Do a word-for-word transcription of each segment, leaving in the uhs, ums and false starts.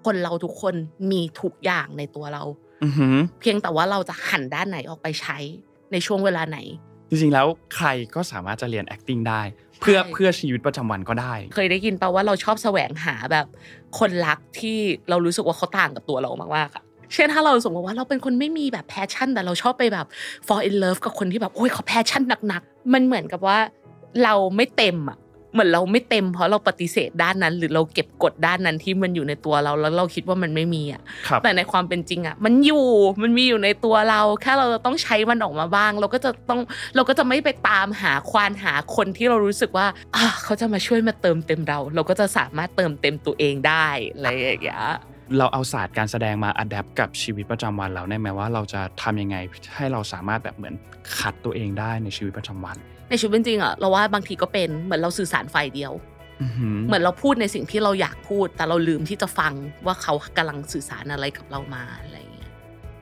คนเราทุกคนมีทุกอย่างในตัวเราเพียงแต่ว่าเราจะหันด้านไหนออกไปใช้ในช่วงเวลาไหนจริงๆแล้วใครก็สามารถจะเรียน acting ได้เพื่อเพื่อชีวิตประจำวันก็ได้เคยได้ยินป่ะว่าเราชอบแสวงหาแบบคนรักที่เรารู้สึกว่าเขาต่างกับตัวเรามากๆอะเช่นถ้าเราสมมติว่าเราเป็นคนไม่มีแบบแพชชั่นแต่เราชอบไปแบบ fall in love กับคนที่แบบโอ้ยเขาแพชชั่นหนักๆมันเหมือนกับว่าเราไม่เต็มอ่ะเหมือนเราไม่เต็มเพราะเราปฏิเสธด้านนั้นหรือเราเก็บกดด้านนั้นที่มันอยู่ในตัวเราแล้วเราคิดว่ามันไม่มีอ่ะแต่ในความเป็นจริงอ่ะมันอยู่มันมีอยู่ในตัวเราแค่เราต้องใช้มันออกมาบ้างเราก็จะต้องเราก็จะไม่ไปตามหาควานหาคนที่เรารู้สึกว่าอ่ะเขาจะมาช่วยมาเติมเต็มเราเราก็จะสามารถเติมเต็มตัวเองได้อะไรอย่างเงี้ยเราเอาศาสตร์การแสดงมาอัดแอปกับชีวิตประจำวันเราได้ไหมว่าเราจะทำยังไงให้เราสามารถแบบเหมือนคัดตัวเองได้ในชีวิตประจำวันในชีวิตจริงอ่ะเราว่าบางทีก็เป็นเหมือนเราสื่อสารฝ่ายเดียวเหมือนเราพูดในสิ่งที่เราอยากพูดแต่เราลืมที่จะฟังว่าเขากำลังสื่อสารอะไรกับเรามาอะไรอย่างเงี้ย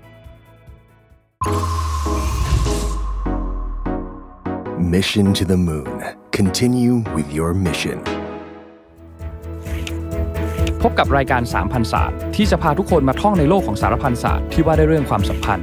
Mission to the Moon Continue with your mission พบกับรายการสามพันศาสตร์ที่จะพาทุกคนมาท่องในโลกของสารพันศาสตร์ที่ว่าด้วยเรื่องความสัมพันธ์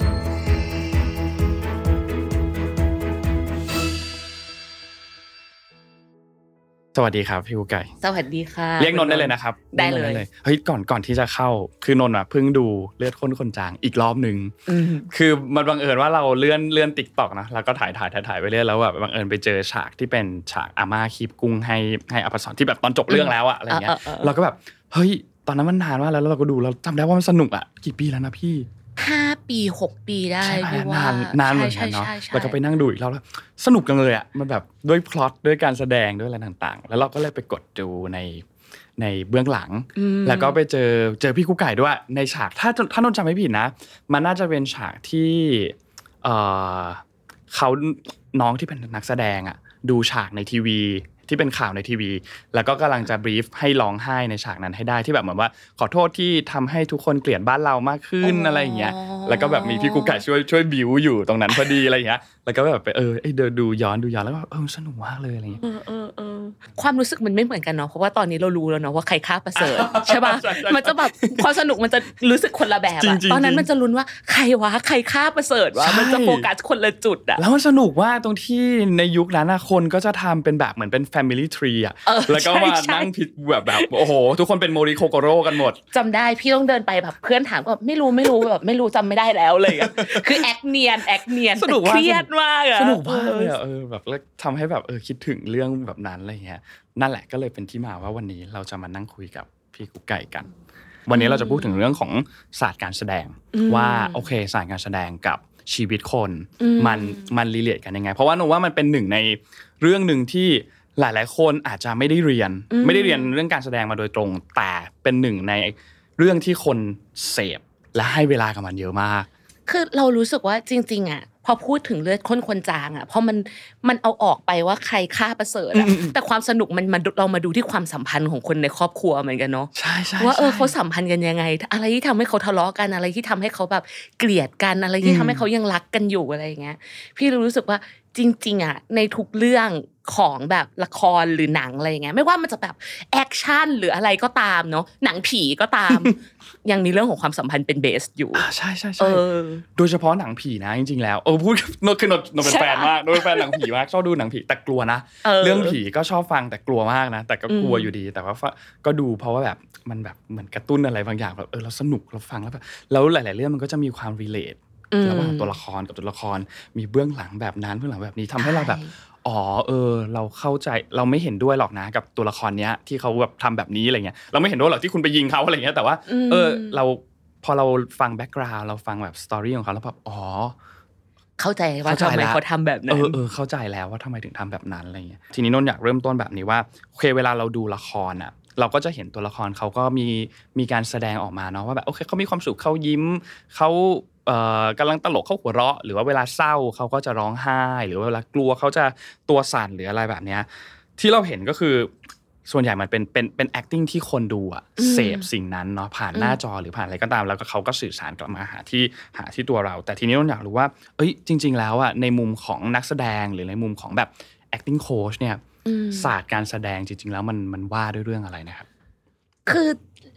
สวัสดีครับพี่กุ๊กไก่สวัสดีค่ะเรียกนนท์ได้เลยนะครับได้เลยเฮ้ยก่อนก่อนที่จะเข้าคือนนท์อ่ะเพิ่งดูเลือดข้นคนจางอีกรอบนึงคือมันบังเอิญว่าเราเลื่อนเลื่อน TikTok นะแล้วก็ถ่ายถ่ายถ่ายไปเรื่อยแล้วแบบบังเอิญไปเจอฉากที่เป็นฉากอาม่าคีบกุ้งให้ให้อภัสรที่แบบตอนจบเรื่องแล้วอะอะไรเงี้ยเราก็แบบเฮ้ยตอนนั้นมันนานมากแล้วเราก็ดูเราจำได้ว่ามันสนุกอะกี่ปีแล้วนะพี่ห้าปีหกปีได้พี่ว่านานนานเหมือนกันเนาะแล้วก็ไปนั่งดูอีกรอบแล้วสนุกจังเลยอ่ะมันแบบด้วยพล็อตด้วยการแสดงด้วยอะไรต่างๆแล้วเราก็เลยไปกดดูในในเบื้องหลังแล้วก็ไปเจอเจอพี่กุ๊กไก่ด้วยในฉากถ้าถ้านนท์จำไม่ผิดนะมันน่าจะเป็นฉากที่เอ่อเขาน้องที่เป็นนักแสดงอ่ะดูฉากในทีวีที่เป็นข่าวในทีวีแล้วก็กำลังจะบรีฟให้ร้องไห้ในฉากนั้นให้ได้ที่แบบเหมือนว่าขอโทษที่ทำให้ทุกคนเกลียดบ้านเรามากขึ้นอะไรอย่างเงี้ยแล้วก็แบบมีพี่กุ๊กไก่ช่วยช่วยบิวอยู่ตรงนั้นพอดีอะไรอย่างเงี้ยแล้วก็แบบไปเออไอ้เดินดูย้อนดูย้อนแล้วก็เออสนุกมากเลยอะไรอย่างเงี้ยเออเออความรู้สึกมันไม่เหมือนกันเนาะเพราะว่าตอนนี้เรารู้แล้วเนาะว่าใครฆ่าประเสริฐใช่ป่ะมันจะแบบความสนุกมันจะรู้สึกคนละแบบอะตอนนั้นมันจะลุ้นว่าใครวะใครฆ่าประเสริฐวะมันจะโฟกัสคนละจุดอะแล้วมันสนุกว่าตรงที่ในยุคนั้นน่ะคนก็จะทำเป็นแบบเหมือนเป็น family tree อ่ะแล้วก็มานั่งผิดแบบแบบโอ้โหทุกคนเป็นโมริโคโกโร่กันหมดจำได้พี่ต้องเดินไปแบบเพื่อนถามก็ไม่รู้ไม่รู้แบบไม่รู้จำไม่ได้แล้วเลยคือแอคเนียนแอคเนียนสนุกเครียดมากอะสนุกมากเลยเออแบบแล้วทำให้แบบเออคิดถึงเรื่องแบบนั้นอะไรเงี้ยนั่นแหละก็เลยเป็นที่มาว่าวันนี้เราจะมานั่งคุยกับพี่กุ๊กไก่กันวันนี้เราจะพูดถึงเรื่องของศาสตร์การแสดงว่าโอเคศาสตร์การแสดงกับชีวิตคนมันมันรีเลทกันยังไงเพราะว่าหนูว่ามันเป็นหนึ่งในเรื่องนึงที่หลายๆคนอาจจะไม่ได้เรียนไม่ได้เรียนเรื่องการแสดงมาโดยตรงแต่เป็นหนึ่งในเรื่องที่คนเสพและให้เวลากับมันเยอะมากคือเรารู้สึกว่าจริงๆอ่ะพอพูดถึงเลือดข้นคนจางอ่ะเพราะมันมันเอาออกไปว่าใครฆ่าประเสริฐอ่ะแต่ความสนุกมันมันเรามาดูที่ความสัมพันธ์ของคนในครอบครัวเหมือนกันเนาะใช่ใช่ว่าเออเขาสัมพันธ์กันยังไงอะไรที่ทำให้เขาทะเลาะกันอะไรที่ทำให้เขาแบบเกลียดกันอะไรที่ทำให้เขายังรักกันอยู่อะไรอย่างเงี้ยพี่รู้สึกว่าจริงๆอ่ะในทุกเรื่องของแบบละครหรือหนังอะไรอย่างเงี้ยไม่ว่ามันจะแบบแอคชั่นหรืออะไรก็ตามเนาะหนังผีก็ตามยังมีเรื่องของความสัมพันธ์เป็นเบสอยู่ใช่ใช่ใช่โดยเฉพาะหนังผีนะจริงๆแล้วเออพูดโนคือนนเป็นแฟนมากโนเป็นแฟนหนังผีมากชอบดูหนังผีแต่กลัวนะเรื่องผีก็ชอบฟังแต่กลัวมากนะแต่ก็กลัวอยู่ดีแต่ว่าก็ดูเพราะว่าแบบมันแบบเหมือนกระตุ้นอะไรบางอย่างแบบเออเราสนุกเราฟังแล้วแบบแล้วหลายๆเรื่องมันก็จะมีความรีเลทระหว่างตัวละครกับตัวละครมีเบื้องหลังแบบนั้นเบื้องหลังแบบนี้ทำให้เราแบบอ๋อเออเราเข้าใจเราไม่เห็นด้วยหรอกนะกับตัวละครเนี้ยที่เขาแบบทำแบบนี้อะไรเงี้ยเราไม่เห็นด้วยหรอกที่คุณไปยิงเขาอะไรเงี้ยแต่ว่าเออเราพอเราฟังแบ็คกราวด์เราฟังแบบสตอรี่ของเขาแล้วแบบอ๋อเข้าใจว่าทำไมเขาทำแบบนั้นเออเออเข้าใจแล้วว่าทำไมถึงทำแบบนั้นอะไรเงี้ยทีนี้นนท์อยากเริ่มต้นแบบนี้ว่าโอเคเวลาเราดูละครอ่ะเราก็จะเห็นตัวละครเขาก็มีมีการแสดงออกมาเนาะว่าแบบโอเคเขามีความสุขเขายิ้มเขาเอ่อกำลังตลกเขาหัวเราะหรือว่าเวลาเศร้าเขาก็จะร้องไห้หรือว่าเวลากลัวเขาจะตัวสั่นหรืออะไรแบบเนี้ยที่เราเห็นก็คือส่วนใหญ่มันเป็นเป็นเป็น acting ที่คนดูอ่ะเสพสิ่งนั้นเนาะผ่านหน้าจอหรือผ่านอะไรก็ตามแล้วก็เขาก็สื่อสารกลับมาหาที่หาที่ตัวเราแต่ทีนี้เราอยากรู้ว่าเอ้ยจริงๆแล้วอ่ะในมุมของนักแสดงหรือในมุมของแบบ acting coach เนี่ยศาสตร์การแสดงจริงๆแล้วมันมันว่าด้วยเรื่องอะไรนะครับคือ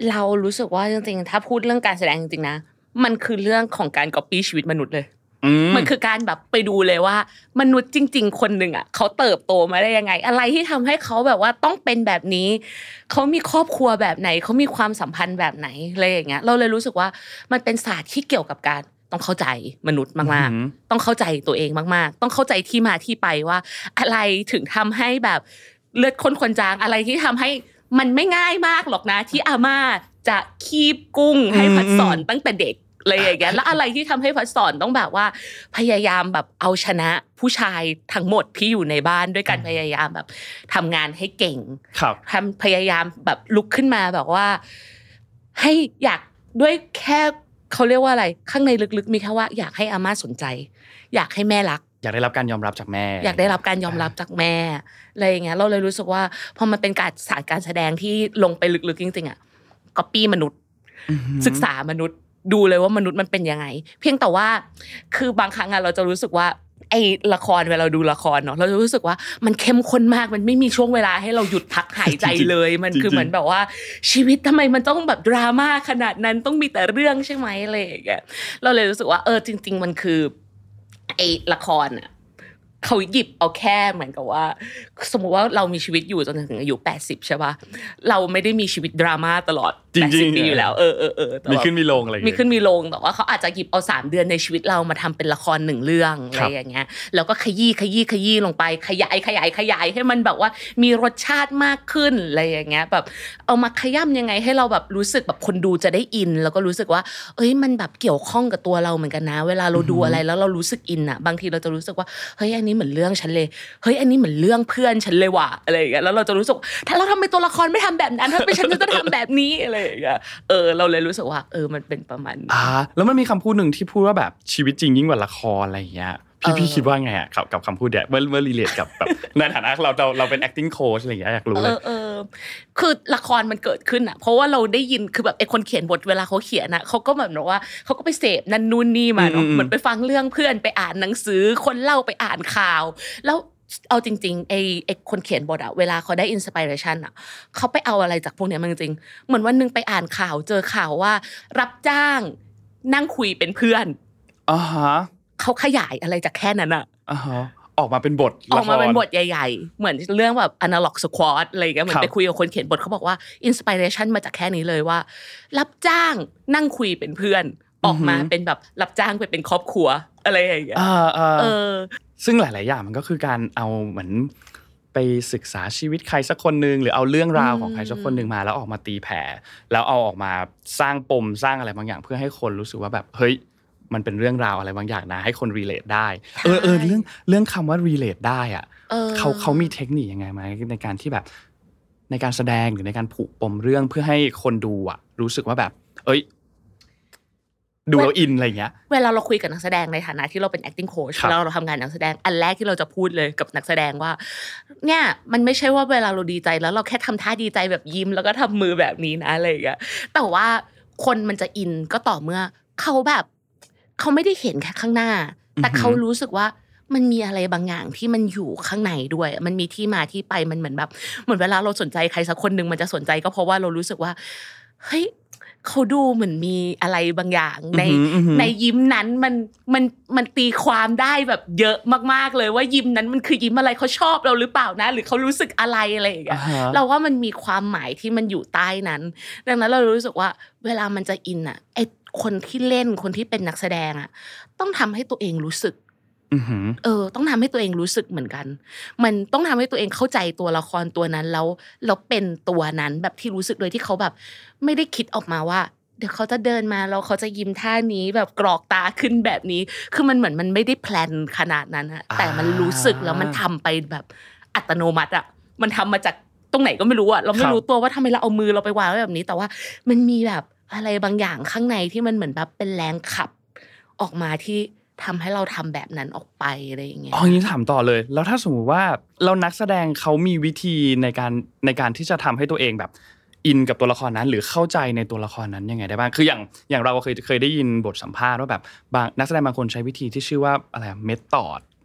เรารู้สึกว่าจริงๆถ้าพูดเรื่องการแสดงจริงๆนะมันคือเรื่องของการ copy ชีวิตมนุษย์เลยมันคือการแบบไปดูเลยว่ามนุษย์จริงๆคนนึงอ่ะเขาเติบโตมาได้ยังไงอะไรที่ทำให้เขาแบบว่าต้องเป็นแบบนี้เขามีครอบครัวแบบไหนเขามีความสัมพันธ์แบบไหนอะไรอย่างเงี้ยเราเลยรู้สึกว่ามันเป็นศาสตร์ที่เกี่ยวกับการต้องเข้าใจมนุษย์มากๆต้องเข้าใจตัวเองมากๆต้องเข้าใจที่มาที่ไปว่าอะไรถึงทำให้แบบเลือดข้นคนจางอะไรที่ทำให้มันไม่ง่ายมากหรอกนะที่อาม่าจะคีบกุ้งให้พัดสอนตั้งแต่เด็กอะไรอย่างเงี้ยแล้วอะไรที่ทำให้พัดสอนต้องแบบว่าพยายามแบบเอาชนะผู้ชายทั้งหมดที่อยู่ในบ้านด้วยการพยายามแบบทำงานให้เก่งทำพยายามแบบลุกขึ้นมาแบบว่าให้อยากด้วยแค่เขาเรียกว่าอะไรข้างในลึกๆมีแค่ว่าอยากให้อาม่าสนใจอยากให้แม่รักอยากได้รับการยอมรับจากแม่อยากได้รับการยอมรับจากแม่อะไรอย่างเงี้ยเราเลยรู้สึกว่าพอมันเป็นการศาสตร์การแสดงที่ลงไปลึกๆจริงๆอ่ะก๊อปปี้มนุษย์ศึกษามนุษย์ดูเลยว่ามนุษย์มันเป็นยังไงเพียงแต่ว่าคือบางครั้งอ่ะเราจะรู้สึกว่าไอ้ละครเวลาเราดูละครเนาะเราจะรู้สึกว่ามันเข้มข้นมากมันไม่มีช่วงเวลาให้เราหยุดพักหายใจเลยมันคือเหมือนแบบว่าชีวิตทำไมมันต้องแบบดราม่าขนาดนั้นต้องมีแต่เรื่องใช่ไหมอะไรอย่างเงี้ยเราเลยรู้สึกว่าเออจริงๆมันคือไอ้ละครอ่ะเขาหยิบเอาแค่เหมือนกับว่าสมมุติว่าเรามีชีวิตอยู่จนถึงอายุแปดสิบใช่ป่ะเราไม่ได้มีชีวิตดราม่าตลอดแปดสิบปีอยู่แล้วเออๆๆมีขึ้นมีลงอะไรมีขึ้นมีลงแต่ว่าเขาอาจจะหยิบเอาสามเดือนในชีวิตเรามาทำเป็นละครหนึ่งเรื่องอะไรอย่างเงี้ยแล้วก็ขยี้ขยี้ขยี้ลงไปขยายขยายขยายให้มันแบบว่ามีรสชาติมากขึ้นอะไรอย่างเงี้ยแบบเอามาขย่ำยังไงให้เราแบบรู้สึกแบบคนดูจะได้อินแล้วก็รู้สึกว่าเอ้ยมันแบบเกี่ยวข้องกับตัวเราเหมือนกันนะเวลาเราดูอะไรแล้วเรารู้สึกอินอ่ะบางทีเราจะรู้สึกว่าเฮ้ยอันนี้เหมือนเรื่องฉันเลยเฮ้ยอันนี้เหมือนเรื่องเพื่อนฉันเลยว่ะอะไรอย่างเงี้ยแล้วเราจะรู้สึกถ้าเราทำเป็นตัวละครไม่ทำแบบนั้นถ้าเป็นฉันจะทำแบบนี้อะไรอย่างเงี้ยเออเราเลยรู้สึกว่าเออมันเป็นประมาณอ่าแล้วมันมีคำพูดหนึ่งที่พูดว่าแบบชีวิตจริงยิ่งกว่าละครอะไรอย่างเงี้ยพี่พี่คิดว่าไงอ่ะกับกับคำพูดเนี่ยเมื่อเมื่อรีเลทกับแบบในฐานะเราเราเราเป็น acting coach อะไรอย่างเงี้ยอยากรู้เลยเออๆคือละครมันเกิดขึ้นอ่ะเพราะว่าเราได้ยินคือแบบไอ้คนเขียนบทเวลาเขาเขียนน่ะเขาก็แบบว่าเขาก็ไปเสพนั่นนู่นนี่มาเนาะเหมือนไปฟังเรื่องเพื่อนไปอ่านหนังสือคนเล่าไปอ่านข่าวแล้วเอาจริงๆไอ้ไอ้คนเขียนบทอะเวลาเขาได้อินสปิเรชันอะเขาไปเอาอะไรจากพวกนี้มาจริงๆเหมือนวันนึงไปอ่านข่าวเจอข่าวว่ารับจ้างนั่งคุยเป็นเพื่อนอ่าฮะเขาขยายอะไรจากแค่นั้นอะอ่าฮะออกมาเป็นบทออกมาเป็นบทใหญ่ๆเหมือนเรื่องแบบ Analog Squad อะไรอย่างเงี้ยเหมือนไปคุยกับคนเขียนบทเขาบอกว่าอินสปิเรชันมาจากแค่นี้เลยว่ารับจ้างนั่งคุยเป็นเพื่อนออกมาเป็นแบบรับจ้างไปเป็นครอบครัวอะไรอย่างเงี้ยเออซึ่งหลายๆอย่างมันก็คือการเอาเหมือนไปศึกษาชีวิตใครสักคนนึงหรือเอาเรื่องราวของใครสักคนนึงมาแล้วออกมาตีแผ่แล้วเอาออกมาสร้างปมสร้างอะไรบางอย่างเพื่อให้คนรู้สึกว่าแบบเฮ้ยมันเป็นเรื่องราวอะไรบางอย่างนะให้คน relate ได้เออเออเรื่องเรื่องคำว่า relate ได้อ่ะเขาเขามีเทคนิคยังไงไหมในการที่แบบในการแสดงหรือในการผูกปมเรื่องเพื่อให้คนดูอ่ะรู้สึกว่าแบบเอ้ยดูแล้วอินอะไรอย่างเงี้ยเวลาเราคุยกับนักแสดงในฐานะที่เราเป็น acting coach เวลาเราทำงานนักแสดงอันแรกที่เราจะพูดเลยกับนักแสดงว่าเนี่ยมันไม่ใช่ว่าเวลาเราดีใจแล้วเราแค่ทำท่าดีใจแบบยิ้มแล้วก็ทำมือแบบนี้นะอะไรอย่างเงี้ยแต่ว่าคนมันจะอินก็ต่อเมื่อเขาแบบเขาไม่ได้เห็นแค่ข้างหน้าแต่เขารู้สึกว่ามันมีอะไรบางอย่างที่มันอยู่ข้างในด้วยมันมีที่มาที่ไปมันเหมือนแบบเหมือนเวลาเราสนใจใครสักคนนึงมันจะสนใจก็เพราะว่าเรารู้สึกว่าเฮ้ยเขาดูเหมือนมีอะไรบางอย่างในในยิ้มนั้นมันมันมันตีความได้แบบเยอะมากๆเลยว่ายิ้มนั้นมันคือยิ้มอะไรเขาชอบเราหรือเปล่านะหรือเขารู้สึกอะไรอะไรอย่างเงี้ยเราว่ามันมีความหมายที่มันอยู่ใต้นั้นดังนั้นเรารู้สึกว่าเวลามันจะอินอ่ะไอคนที่เล่นคนที่เป็นนักแสดงอ่ะต้องทำให้ตัวเองรู้สึกเออต้องทำให้ตัวเองรู้สึกเหมือนกันมันต้องทำให้ตัวเองเข้าใจตัวละครตัวนั้นแล้วแล้วเป็นตัวนั้นแบบที่รู้สึกโดยที่เขาแบบไม่ได้คิดออกมาว่าเดี๋ยวเขาจะเดินมาแล้วเขาจะยิ้มท่านี้แบบกรอกตาขึ้นแบบนี้คือมันเหมือนมันไม่ได้แพลนขนาดนั้นอะแต่มันรู้สึกแล้วมันทำไปแบบอัตโนมัติอะมันทำมาจากตรงไหนก็ไม่รู้อะเราไม่รู้ตัวว่าทำไมเราเอามือเราไปวางไว้แบบนี้แต่ว่ามันมีแบบอะไรบางอย่างข้างในที่มันเหมือนแบบเป็นแรงขับออกมาที่ทำให้เราทำแบบนั้นออกไปอะไรอย่างเงี้ยอ๋ออย่างนี้ถามต่อเลยแล้วถ้าสมมติว่าเรานักแสดงเขามีวิธีในการในการที่จะทำให้ตัวเองแบบอินกับตัวละครนั้นหรือเข้าใจในตัวละครนั้นยังไงได้บ้างคืออย่างอย่างเราเคยเคยได้ยินบทสัมภาษณ์ว่าแบบบางนักแสดงบางคนใช้วิธีที่ชื่อว่าอะไรเมธอด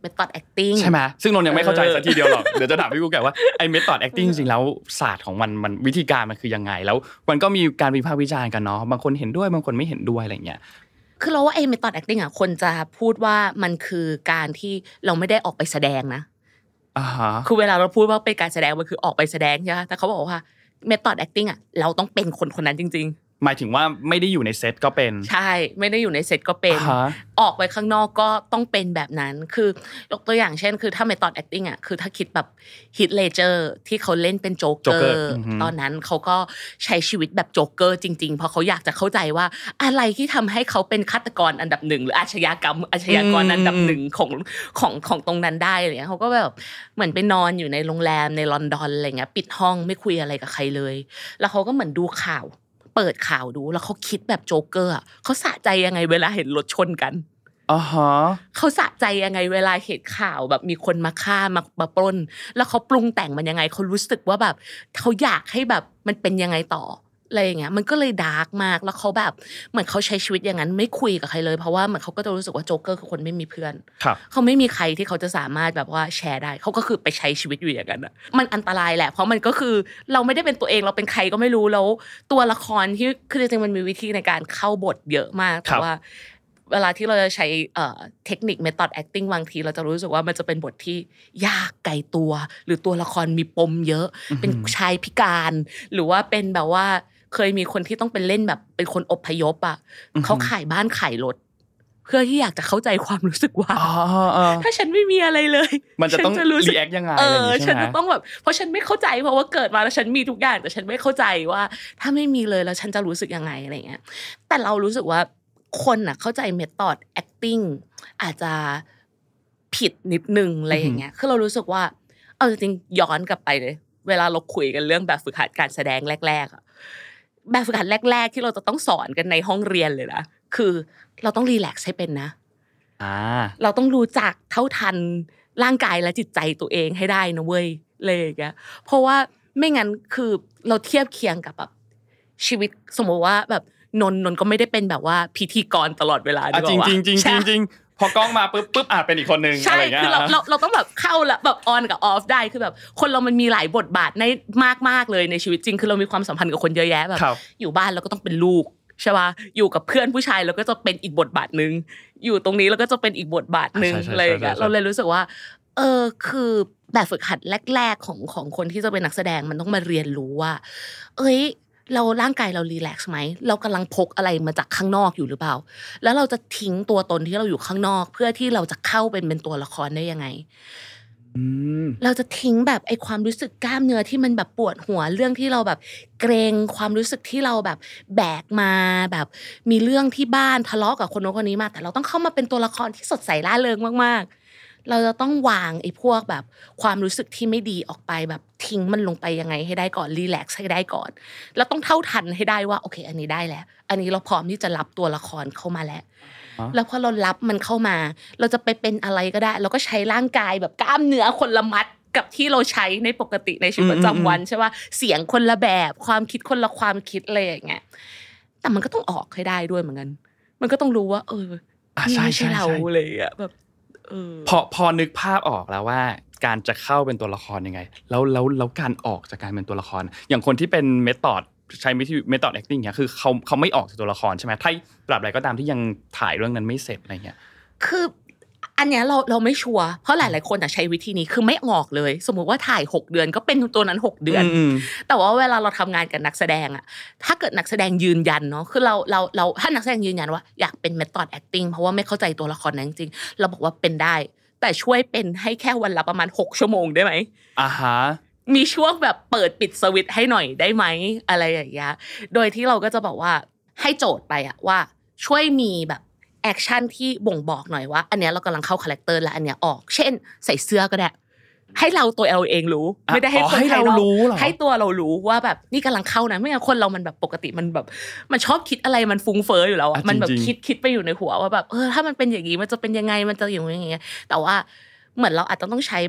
method acting ใช่ไหมซึ่งนนยังไม่เข้าใจสักทีเดียวหรอกเดี๋ยวจะถามพี่กูแกว่าไอ้ method acting จริงๆแล้วศาสตร์ของมันมันวิธีการมันคือยังไงแล้วมันก็มีการวิพากษ์วิจารณ์กันเนาะบางคนเห็นด้วยบางคนไม่เห็นด้วยอะไรเงี้ยคือเราว่าไอ้ method acting อ่ะคนจะพูดว่ามันคือการที่เราไม่ได้ออกไปแสดงนะอ่าฮะคือเวลาเราพูดว่าเป็นการแสดงมันคือออกไปแสดงใช่มั้ยแต่เขาบอกว่า method acting อ่ะเราต้องเป็นคนคนนั้นจริงๆหมายถึงว่าไม่ได้อยู่ในเซตก็เป็นใช่ไม่ได้อยู่ในเซตก็เป็นออกไปข้างนอกก็ต้องเป็นแบบนั้นคือยกตัวอย่างเช่นคือถ้า method acting อ่ะคือถ้าคิดแบบ Heath Ledger ที่เขาเล่นเป็นโจ๊กเกอร์ตอนนั้นเขาก็ใช้ชีวิตแบบโจ๊กเกอร์จริงๆเพราะเขาอยากจะเข้าใจว่าอะไรที่ทำให้เขาเป็นฆาตกรอันดับหนึ่งหรืออาชญากรรมอาชญากรอันดับหนึ่งของของของตรงนั้นได้อะไรเงี้ยเขาก็แบบเหมือนไปนอนอยู่ในโรงแรมในลอนดอนอะไรเงี้ยปิดห้องไม่คุยอะไรกับใครเลยแล้วเขาก็เหมือนดูข่าวเปิดข่าวดูแล้วเขาคิดแบบโจ๊กเกอร์อ่ะเขาสะใจยังไงเวลาเห็นรถชนกันอ๋อฮะเขาสะใจยังไงเวลาเห็นข่าวแบบมีคนมาฆ่ามามาปล้นแล้วเขาปรุงแต่งมันยังไงเขารู้สึกว่าแบบเขาอยากให้แบบมันเป็นยังไงต่ออะไรอย่างเงี้ยมันก็เลยดาร์กมากแล้วเขาแบบเหมือนเขาใช้ชีวิตอย่างนั้นไม่คุยกับใครเลยเพราะว่าเหมือนเขาก็จะรู้สึกว่าโจ๊กเกอร์คือคนไม่มีเพื่อนเขาไม่มีใครที่เขาจะสามารถแบบว่าแชร์ได้เขาก็คือไปใช้ชีวิตอยู่อย่างนั้นอ่ะมันอันตรายแหละเพราะมันก็คือเราไม่ได้เป็นตัวเองเราเป็นใครก็ไม่รู้แล้วตัวละครที่คือจริงๆมันมีวิธีในการเข้าบทเยอะมากแต่ว่าเวลาที่เราจะใช้เอ่อเทคนิค method acting บางทีเราจะรู้สึกว่ามันจะเป็นบทที่ยากไกลตัวหรือตัวละครมีปมเยอะเป็นชายพิการหรือว่าเป็นแบบว่าเคยมีคนที่ต้องเป็นเล่นแบบเป็นคนอพยพอ่ะเขาขายบ้านขายรถเพื่อที่อยากจะเข้าใจความรู้สึกว่าถ้าฉันไม่มีอะไรเลยมันจะต้องรีแอคยังไงเออฉันจะต้องแบบเพราะฉันไม่เข้าใจเพราะว่าเกิดมาแล้วฉันมีทุกอย่างแต่ฉันไม่เข้าใจว่าถ้าไม่มีเลยแล้วฉันจะรู้สึกยังไงอะไรเงี้ยแต่เรารู้สึกว่าคนน่ะเข้าใจ method acting อาจจะผิดนิดนึงอะไรอย่างเงี้ยคือเรารู้สึกว่าเอาจริงๆย้อนกลับไปเลยเวลาเราคุยกันเรื่องแบบฝึกหัดการแสดงแรกๆอ่ะแบบฝึกหัดแรกๆที่เราจะต้องสอนกันในห้องเรียนเลยนะคือเราต้องรีแลกซ์ให้เป็นนะอ่าเราต้องรู้จักเท่าทันร่างกายและจิตใจตัวเองให้ได้นะเว้ยเลยอย่างเงี้ยเพราะว่าไม่งั้นคือเราเทียบเคียงกับแบบชีวิตสมมติว่าแบบนนนนก็ไม่ได้เป็นแบบว่าพิธีกรตลอดเวลาด้วยว่าจริงจริงจริงจริงพอกล้องมาปุ๊บปุ๊บอ่ะเป็นอีกคนนึงอะไรเงี้ยใช่คือเราเราเราต้องแบบเข้าแล้วแบบออนกับออฟได้คือแบบคนเรามันมีหลายบทบาทในมากๆเลยในชีวิตจริงคือเรามีความสัมพันธ์กับคนเยอะแยะแบบอยู่บ้านเราก็ต้องเป็นลูกใช่ป่ะอยู่กับเพื่อนผู้ชายเราก็จะเป็นอีกบทบาทนึงอยู่ตรงนี้เราก็จะเป็นอีกบทบาทนึงอะไรอย่างเงี้ยเราเลยรู้สึกว่าเออคือแบบฝึกหัดแรกๆของของคนที่จะเป็นนักแสดงมันต้องมาเรียนรู้ว่าเอ้ยเราร่างกายเรารีแลกซ์ไหมเรากำลังพกอะไรมาจากข้างนอกอยู่หรือเปล่าแล้วเราจะทิ้งตัวตนที่เราอยู่ข้างนอกเพื่อที่เราจะเข้าเป็นเป็นตัวละครได้ยังไงเราจะทิ้งแบบไอ้ความรู้สึกกล้ามเนื้อที่มันแบบปวดหัวเรื่องที่เราแบบเกรงความรู้สึกที่เราแบบแบกมาแบบมีเรื่องที่บ้านทะเลาะกับคนโน้นคนนี้มาแต่เราต้องเข้ามาเป็นตัวละครที่สดใสร่าเริงมากๆเราจะต้องวางไอ้พวกแบบความรู้สึกที่ไม่ดีออกไปแบบทิ้งมันลงไปยังไงให้ได้ก่อนรีแลกซ์ให้ได้ก่อนแล้วต้องเท่าทันให้ได้ว่าโอเคอันนี้ได้แล้วอันนี้เราพร้อมที่จะรับตัวละครเข้ามาแล้วแล้วพอเรารับมันเข้ามาเราจะไปเป็นอะไรก็ได้เราก็ใช้ร่างกายแบบกล้ามเนื้อคนละมัดกับที่เราใช้ในปกติในชีวิตประจำวันใช่ป่ะเสียงคนละแบบความคิดคนละความคิดอะไรอย่างเงี้ยแต่มันก็ต้องออกให้ได้ด้วยเหมือนกันมันก็ต้องรู้ว่าเออนี่ไม่ใช่เราเลยอ่ะแบบเออพอพอนึกภาพออกแล้วว่าการจะเข้าเป็นตัวละครยังไงแล้วแล้วแล้วการออกจากการเป็นตัวละครอย่างคนที่เป็นเมธอดใช้วิธี method acting เนี่ยคือเขาเขาไม่ออกจากตัวละครใช่ไหมถ้าตราบใดก็ตามที่ยังถ่ายเรื่องนั้นไม่เสร็จอะไรเงี้ยคืออันเนี้ยเราเราไม่ชัวร์เพราะหลายๆคนอ่ะใช้วิธีนี้คือไม่ออกเลยสมมุติว่าถ่ายหกเดือนก็เป็นตัวนั้นหกเดือนแต่ว่าเวลาเราทำงานกับนักแสดงอ่ะถ้าเกิดนักแสดงยืนยันเนาะคือเราเราเราถ้านักแสดงยืนยันว่าอยากเป็น method acting เพราะว่าไม่เข้าใจตัวละครนั้นจริงๆเราบอกว่าเป็นได้แต่ช่วยเป็นให้แค่วันละประมาณหกชั่วโมงได้ไหมอ่าฮะมีช่วงแบบเปิดปิดสวิตช์ให้หน่อยได้ไหมอะไรอย่างเงี้ยโดยที่เราก็จะบอกว่าให้โจทย์ไปอะว่าช่วยมีแบบแอคชั่นที่บ่งบอกหน่อยว่าอันเนี้ยเรากำลังเข้าคาแรคเตอร์และอันเนี้ยออกเช่นใส่เสื้อก็ได้ให้เราตัวเราเองรู้ไม่ได้ให้คนภายนอกให้ตัวเรารู้ว่าแบบนี่กำลังเข้านะไม่งั้นคนเรามันแบบปกติมันแบบมันชอบคิดอะไรมันฟุ้งเฟ้ออยู่แล้วมันแบบคิดคิดไปอยู่ในหัวว่าแบบเออถ้ามันเป็นอย่างงี้มันจะเป็นยังไงมันจะอย่างงี้อย่างเงี้ยแต่ว่าเหมือนเราอาจจะต้องใช้แบบ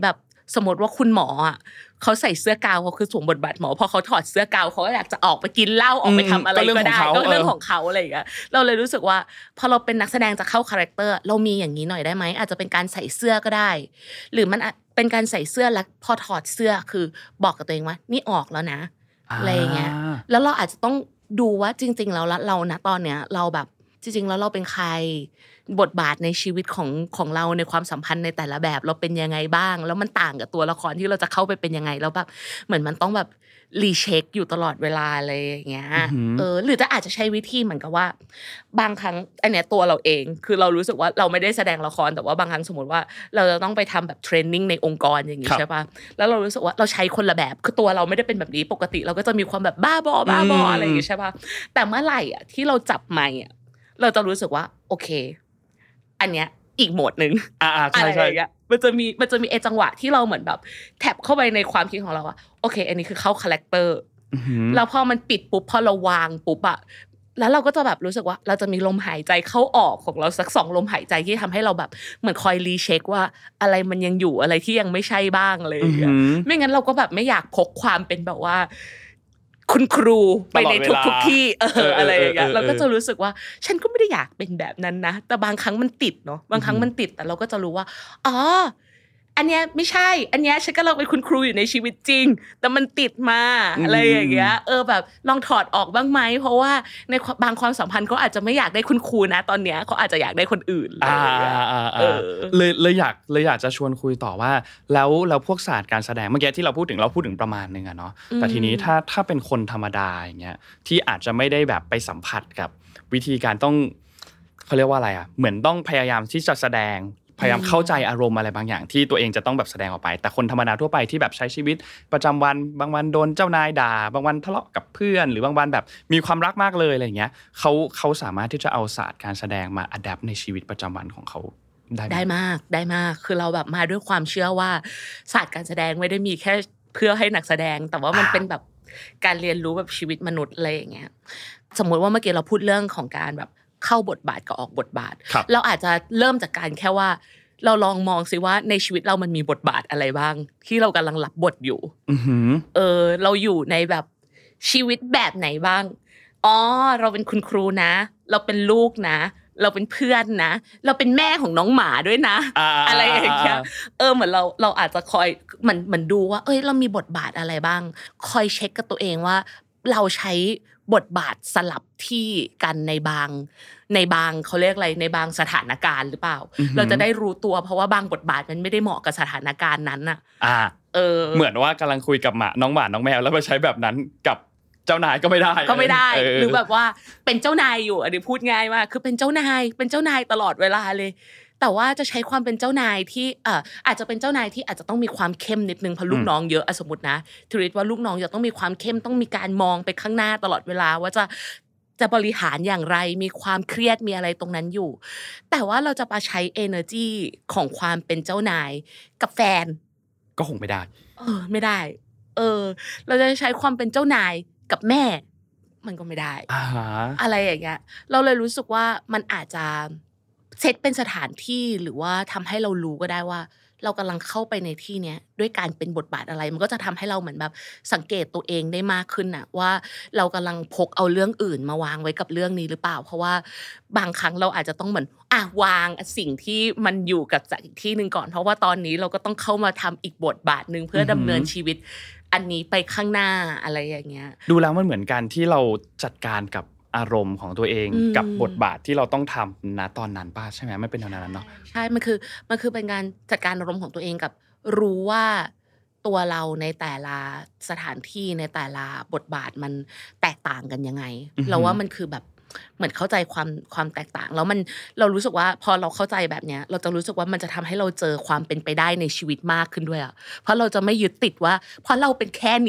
สมมติว่าคุณหมออ่ะเขาใส่เสื้อกาวเขาคือสวมบทบาทหมอพอเขาถอดเสื้อกาวเขาก็อยากจะออกไปกินเหล้าออกไปทำอะไรก็ได้ก็เรื่องของเขาอะไรอย่างเงี้ยเราเลยรู้สึกว่าพอเราเป็นนักแสดงจะเข้าคาแรคเตอร์เรามีอย่างนี้หน่อยได้ไหมอาจจะเป็นการใส่เสื้อก็ได้หรือมันเป็นการใส่เสื้อแล้วพอถอดเสื้อคือบอกกับตัวเองว่านี่ออกแล้วนะอะไรอย่างเงี้ยแล้วเราอาจจะต้องดูว่าจริงๆแล้วเรานะตอนเนี้ยเราแบบจริงๆแล้วเราเป็นใครบทบาทในชีวิตของของเราในความสัมพันธ์ในแต่ละแบบเราเป็นยังไงบ้างแล้วมันต่างกับตัวละครที่เราจะเข้าไปเป็นยังไงแล้วแบบเหมือนมันต้องแบบรีเช็คอยู่ตลอดเวลาอะไรอย่างเงี้ยเออหรือจะอาจจะใช้วิธีเหมือนกับว่าบางครั้งอันเนี้ยตัวเราเองคือเรารู้สึกว่าเราไม่ได้แสดงละครแต่ว่าบางครั้งสมมติว่าเราจะต้องไปทำแบบเทรนนิ่งในองค์กรอย่างงี้ใช่ป่ะแล้วเรารู้สึกว่าเราใช้คนละแบบคือตัวเราไม่ได้เป็นแบบนี้ปกติเราก็จะมีความแบบบ้าบอบ้าบออะไรอย่างงี้ใช่ป่ะแต่เมื่อไหร่อ่ะที่เราจับไมค์อ่ะเราจะรู้สึกว่าโอเคอันเนี้ยอีกโหมดนึงอ่าๆใช่ๆมันจะมีมันจะมีไอ้จังหวะที่เราเหมือนแบบแท็บเข้าไปในความคิดของเราว่าโอเคอันนี้คือเข้าคาแรคเตอร์แล้วพอมันปิดปุ๊บพอเราวางปุ๊บอะแล้วเราก็จะแบบรู้สึกว่าเราจะมีลมหายใจเข้าออกของเราสักสองลมหายใจที่ทำให้เราแบบเหมือนคอยรีเช็คว่าอะไรมันยังอยู่อะไรที่ยังไม่ใช่บ้างอะไรอย่างเงี้ยไม่งั้นเราก็แบบไม่อยากพกความเป็นแบบว่าคุณครูไปในทุกๆที่เอออะไรอย่างเงี้ยเราก็จะรู้สึกว่าฉันก็ไม่ได้อยากเป็นแบบนั้นนะแต่บางครั้งมันติดเนาะบางครั้งมันติดแต่เราก็จะรู้ว่าอ๋ออันเนี้ยไม่ใช่อันเนี้ยฉันก็ลองเป็นคุณครูอยู่ในชีวิตจริงแต่มันติดมาอะไรอย่างเงี้ยเออแบบลองถอดออกบ้างไหมเพราะว่าในบางความสัมพันธ์เขาอาจจะไม่อยากได้คุณครูนะตอนเนี้ยเขาอาจจะอยากได้คนอื่นอะไรอย่างเงี้ยเออเลยเลยอยากเลยอยากจะชวนคุยต่อว่าแล้วแล้วพวกศาสตร์การแสดงเมื่อกี้ที่เราพูดถึงเราพูดถึงประมาณนึงอะเนาะแต่ทีนี้ถ้าถ้าเป็นคนธรรมดาอย่างเงี้ยที่อาจจะไม่ได้แบบไปสัมผัสกับวิธีการต้องเขาเรียกว่าอะไรอะเหมือนต้องพยายามที่จะแสดงพยายามเข้าใจอารมณ์อะไรบางอย่างที่ตัวเองจะต้องแบบแสดงออกไปแต่คนธรรมดาทั่วไปที่แบบใช้ชีวิตประจำวันบางวันโดนเจ้านายด่าบางวันทะเลาะกับเพื่อนหรือบางวันแบบมีความรักมากเลยอะไรอย่างเงี้ยเขาเขาสามารถที่จะเอาศาสตร์การแสดงมาอะแดปในชีวิตประจำวันของเขาได้ได้มากได้มากคือเราแบบมาด้วยความเชื่อว่าศาสตร์การแสดงไม่ได้มีแค่เพื่อให้นักแสดงแต่ว่ามันเป็นแบบการเรียนรู้แบบชีวิตมนุษย์อะไรอย่างเงี้ยสมมติว่าเมื่อกี้เราพูดเรื่องของการแบบเข้าบทบาทกับออกบทบาทเราอาจจะเริ่มจากการแค่ว่าเราลองมองซิว่าในชีวิตเรามันมีบทบาทอะไรบ้างที่เรากำลังรับบทอยู่เออเราอยู่ในแบบชีวิตแบบไหนบ้างอ๋อเราเป็นคุณครูนะเราเป็นลูกนะเราเป็นเพื่อนนะเราเป็นแม่ของน้องหมาด้วยนะ อ, อะไรอย่างเงี้ยเออเหมือนเราเราอาจจะคอยเหมือนเหมือนดูว่าเอ้ยเรามีบทบาทอะไรบ้างคอยเช็คกับตัวเองว่าเราใช้บทบาทสลับที่กันในบางในบางเขาเรียกอะไรในบางสถานการณ์หรือเปล่าเราจะได้รู้ตัวเพราะว่าบางบทบาทมันไม่ได้เหมาะกับสถานการณ์นั้นน่ะอ่าเออเหมือนว่ากำลังคุยกับหมาน้องหมาน้องแมวแล้วไปใช้แบบนั้นกับเจ้านายก็ไม่ได้ก็ไม่ได้หรือแบบว่าเป็นเจ้านายอยู่อันนี้พูดง่ายมากคือเป็นเจ้านายเป็นเจ้านายตลอดเวลาเลยแต่ว่าจะใช้ความเป็นเจ้านายที่เอ่ออาจจะเป็นเจ้านายที่อาจจะต้องมีความเข้มนิดนึงเพราะลูกน้องเยอะสมมตินะทริตว่าลูกน้องจะต้องมีความเข้มต้องมีการมองไปข้างหน้าตลอดเวลาว่าจะจะบริหารอย่างไรมีความเครียดมีอะไรตรงนั้นอยู่แต่ว่าเราจะมาใช้ energy ของความเป็นเจ้านายกับแฟนก็คงไม่ได้เออไม่ได้เออเราจะใช้ความเป็นเจ้านายกับแม่มันก็ไม่ได้ uh-huh. อะไรอย่างเงี้ยเราเลยรู้สึกว่ามันอาจจะเซตเป็นสถานที่หรือว่าทำให้เรารู้ก็ได้ว่าเรากำลังเข้าไปในที่เนี้ยด้วยการเป็นบทบาทอะไรมันก็จะทำให้เราเหมือนแบบสังเกตตัวเองได้มากขึ้นน่ะว่าเรากำลังพกเอาเรื่องอื่นมาวางไว้กับเรื่องนี้หรือเปล่าเพราะว่าบางครั้งเราอาจจะต้องเหมือนอ่ะวางสิ่งที่มันอยู่กับจากอีกที่นึงก่อนเพราะว่าตอนนี้เราก็ต้องเข้ามาทำอีกบทบาทนึงเพื่อดำเนินชีวิตอันนี้ไปข้างหน้าอะไรอย่างเงี้ยดูแล้วมันเหมือนกันที่เราจัดการกับอารมณ์ของตัวเองกับบทบาทที่เราต้องทำณตอนนั้นป่ะใช่ไหมไม่เป็นแนวนั้นเนาะใช่มันคือมันคือเป็นการจัดการอารมณ์ของตัวเองกับรู้ว่าตัวเราในแต่ละสถานที่ในแต่ละบทบาทมันแตกต่างกันยังไงเราว่ามันคือแบบเหมือนเข้าใจความความแตกต่างแล้วมันเรารู้สึกว่าพอเราเข้าใจแบบเนี้ยเราจะรู้สึกว่ามันจะทำให้เราเจอความเป็นไปได้ในชีวิตมากขึ้นด้วยอ่ะเพราะเราจะไม่ยึดติดว่าเพราะเราเป็นแค่นี้อ่ะ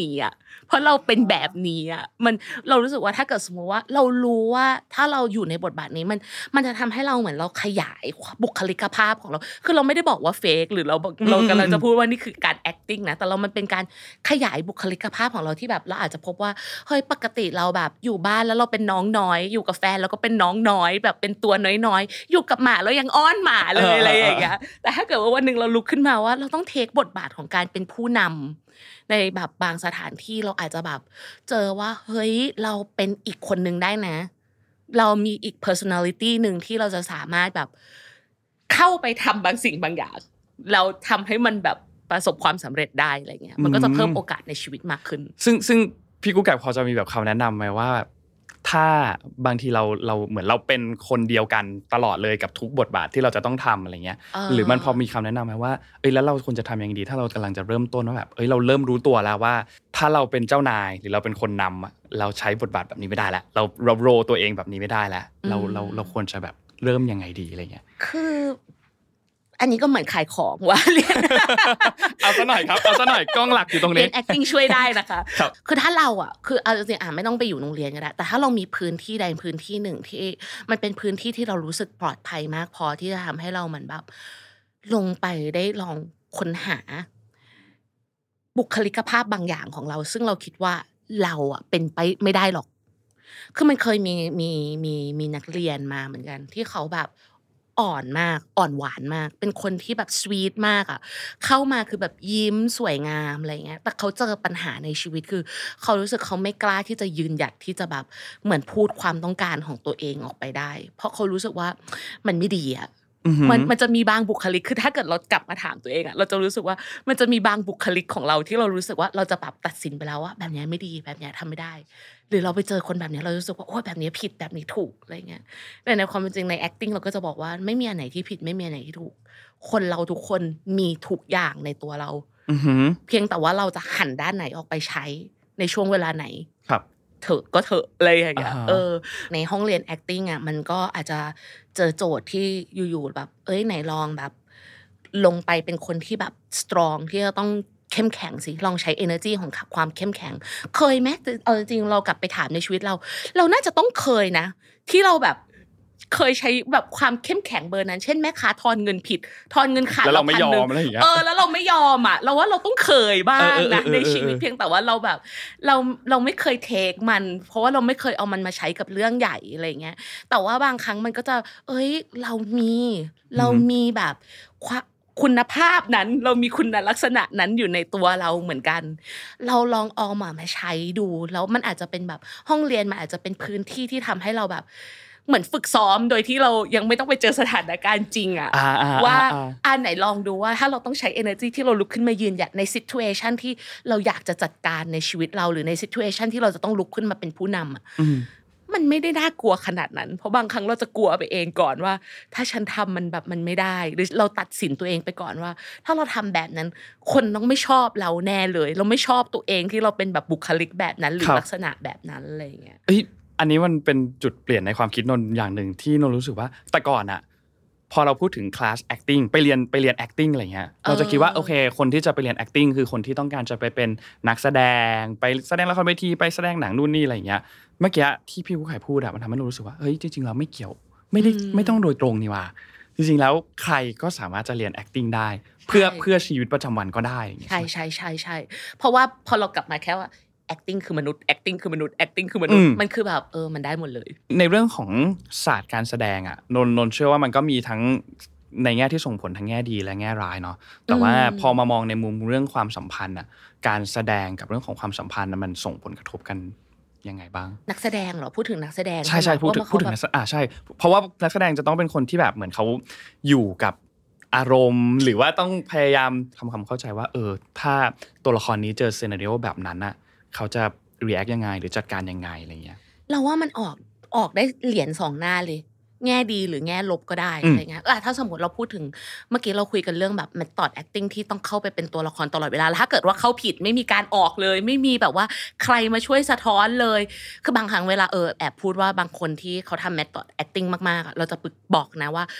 เพราะเราเป็นแบบนี้อ่ะมันเรารู้สึกว่าถ้าเกิดสมมติว่าเรารู้ว่าถ้าเราอยู่ในบทบาทนี้มันมันจะทำให้เราเหมือนเราขยายบุคลิกภาพของเราคือเราไม่ได้บอกว่าเฟกหรือเราเรากำลังจะพูดว่านี่คือการ acting นะแต่เรามันเป็นการขยายบุคลิกภาพของเราที่แบบเราอาจจะพบว่าเฮ้ยปกติเราแบบอยู่บ้านแล้วเราเป็นน้องน้อยอยู่กับแฟนแล้วก็เป็นน้องน้อยแบบเป็นตัวน้อยๆอยู่กับหมาแล้วยังอ้อนหมาเลยอะไรอย่างเงี้ยแต่ถ้าเกิดว่าวันนึงเราลุกขึ้นมาว่าเราต้องเทคบทบาทของการเป็นผู้นำในแบบบางสถานที่เราอาจจะแบบเจอว่าเฮ้ยเราเป็นอีกคนนึงได้นะเรามีอีก personality นึงที่เราจะสามารถแบบเข้าไปทำบางสิ่งบางอย่างเราทำให้มันแบบประสบความสำเร็จได้อะไรเงี้ยมันก็จะเพิ่มโอกาสในชีวิตมากขึ้นซึ่งซึ่งพี่กุ๊กไก่พอจะมีแบบคำแนะนำไหมว่าถ้าบางทีเราเราเหมือนเราเป็นคนเดียวกันตลอดเลยกับทุกบทบาทที่เราจะต้องทำอะไรเงี้ยหรือมันพอมีคำแนะนำไหมว่าเอ้ยแล้วเราควรจะทำยังไงดีถ้าเรากำลังจะเริ่มต้นว่าแบบเอ้ยเราเริ่มรู้ตัวแล้วว่าถ้าเราเป็นเจ้านายหรือเราเป็นคนนำเราใช้บทบาทแบบนี้ไม่ได้แล้วเราเราโรตัวเองแบบนี้ไม่ได้แล้วเราเราเราควรจะแบบเริ่มยังไงดีอะไรเงี้ยคืออันนี้ก็เหมือนขายของว่าเรียนเอาซะหน่อยครับเอาซะหน่อยกล้องหลักอยู่ตรงนี้เรียน acting ช่วยได้นะคะคือถ้าเราอ่ะคือเอาจริงๆอ่ะไม่ต้องไปอยู่โรงเรียนก็ได้แต่ถ้าเรามีพื้นที่ใดพื้นที่หนึ่งที่มันเป็นพื้นที่ที่เรารู้สึกปลอดภัยมากพอที่จะทำให้เราเหมือนแบบลงไปได้ลองค้นหาบุคลิกภาพบางอย่างของเราซึ่งเราคิดว่าเราอ่ะเป็นไปไม่ได้หรอกคือมันเคยมีมีมีมีนักเรียนมาเหมือนกันที่เขาแบบอ่อนมากอ่อนหวานมากเป็นคนที่แบบสวีทมากอ่ะเข้ามาคือแบบยิ้มสวยงามอะไรเงี้ยแต่เขาเจอปัญหาในชีวิตคือเขารู้สึกเขาไม่กล้าที่จะยืนหยัดที่จะแบบเหมือนพูดความต้องการของตัวเองออกไปได้เพราะเขารู้สึกว่ามันไม่ดีอ่ะมันมันจะมีบางบุคลิกคือถ้าเกิดเรากลับมาถามตัวเองอ่ะเราจะรู้สึกว่ามันจะมีบางบุคลิกของเราที่เรารู้สึกว่าเราจะแบบตัดสินไปแล้วว่าแบบนี้ไม่ดีแบบนี้ทำไม่ได้หรือเราไปเจอคนแบบนี้เรารู้สึกว่าโอ้แบบนี้ผิดแบบนี้ถูกอะไรเงี้ยแต่ในความเป็นจริงใน acting เราก็จะบอกว่าไม่มีอันไหนที่ผิดไม่มีอันไหนที่ถูกคนเราทุกคนมีทุกอย่างในตัวเราเพียงแต่ว่าเราจะหันด้านไหนออกไปใช้ในช่วงเวลาไหนครับเถอะก็เถอะอะไรอย่างเงี้ยเออในห้องเรียน acting อ่ะมันก็อาจจะเจอโจทย์ที่อยู่ๆแบบเอ้ยไหนลองแบบลงไปเป็นคนที่แบบ strong ที่จะต้องเข้มแข็งสิลองใช้ energy ของความเข้มแข็งเคยไหมเอาจริงๆเรากลับไปถามในชีวิตเราเราน่าจะต้องเคยนะที่เราแบบเคยใช้แบบความเข้มแข็งเบอร์นั้นเช่นแม่ค้าทอนเงินผิดทอนเงินขาดเราพันนึงเออแล้วเราไม่ยอมอ่ะเราว่าเราต้องเคยบ้างนะในชีวิตเพียงแต่ว่าเราแบบเราเราไม่เคยเทคมันเพราะว่าเราไม่เคยเอามันมาใช้กับเรื่องใหญ่อะไรเงี้ยแต่ว่าบางครั้งมันก็จะเอ้ยเรามีเรามีแบบคุณภาพนั้นเรามีคุณลักษณะนั้นอยู่ในตัวเราเหมือนกันเราลองเอามามาใช้ดูแล้วมันอาจจะเป็นแบบห้องเรียนมันอาจจะเป็นพื้นที่ที่ทำให้เราแบบเหมือนฝึกซ้อมโดยที่เรายังไม่ต้องไปเจอสถานการณ์จริงอะว่าอันไหนลองดูว่าถ้าเราต้องใช้ energy ที่เราลุกขึ้นมายืนหยัดใน situation ที่เราอยากจะจัดการในชีวิตเราหรือใน situation ที่เราจะต้องลุกขึ้นมาเป็นผู้นำอะมันไม่ได้น่ากลัวขนาดนั้นเพราะบางครั้งเราจะกลัวไปเองก่อนว่าถ้าฉันทำมันแบบมันไม่ได้หรือเราตัดสินตัวเองไปก่อนว่าถ้าเราทำแบบนั้นคนต้องไม่ชอบเราแน่เลยเราไม่ชอบตัวเองที่เราเป็นแบบบุคลิกแบบนั้นหรือลักษณะแบบนั้นอะไรอย่างเงี้ยอันนี้มันเป็นจุดเปลี่ยนในความคิดนนอย่างหนึ่งที่นนรู้สึกว่าแต่ก่อนอะพอเราพูดถึงคลาส acting ไปเรียนไปเรียน acting อะไรเงี้ยเราจะคิดว่าโอเคคนที่จะไปเรียน acting คือคนที่ต้องการจะไปเป็นนักแสดงไปแสดงละครเวทีไปแสดงหนังนู่นนี่อะไรเงี้ยเมื่อกี้ที่พี่กุ๊กไก่พูดอะมันทำให้เรารู้สึกว่าเฮ้ยจริงๆเราไม่เกี่ยวไม่ได้ไม่ต้องโดยตรงนี่ว่าจริงๆแล้วใครก็สามารถจะเรียน acting ได้เพื่อเพื่อชีวิตประจำวันก็ได้ใช่ใช่ใช่ใช่เพราะว่าพอเรากลับมาแค่ว่าacting คือมนุษย์ acting คือมนุษย์ acting คือมนุษย์มันคือแบบเออมันได้หมดเลยในเรื่องของศาสตร์การแสดงอ่ะนนนนเชื่อว่ามันก็มีทั้งในแง่ที่ส่งผลทั้งแง่ดีและแง่ร้ายเนาะแต่ว่าพอมามองในมุมเรื่องความสัมพันธ์อ่ะการแสดงกับเรื่องของความสัมพันธ์มันส่งผลกระทบกันยังไงบ้างนักแสดงเหรอพูดถึงนักแสดงใช่ใช่พูดถึงพูดถึงนักอ่าใช่เพราะว่านักแสดงจะต้องเป็นคนที่แบบเหมือนเขาอยู่กับอารมณ์หรือว่าต้องพยายามทำความเข้าใจว่าเออถ้าตัวละครนี้เจอซีนาริโอแบบนั้นน่ะเขาจะreact ยังไงหรือจัดการยังไงอะไรเงี้ยเราว่ามันออกออกได้เหรียญสองหน้าเลยแง่ดีหรือแง่ลบก็ได้อะไรเงี้ยอ่ะถ้าสมมติเราพูดถึงเมื่อกี้เราคุยกันเรื่องแบบ method acting ที่ต้องเข้าไปเป็นตัวละครตลอดเวลาแล้วถ้าเกิดว่าเข้าผิดไม่มีการออกเลยไม่มีแบบว่าใครมาช่วยสะท้อนเลยคือบางครั้งเวลาเออแอบพูดว่าบางคนที่เขาทำ method acting มากๆเราจะบอกนะว่า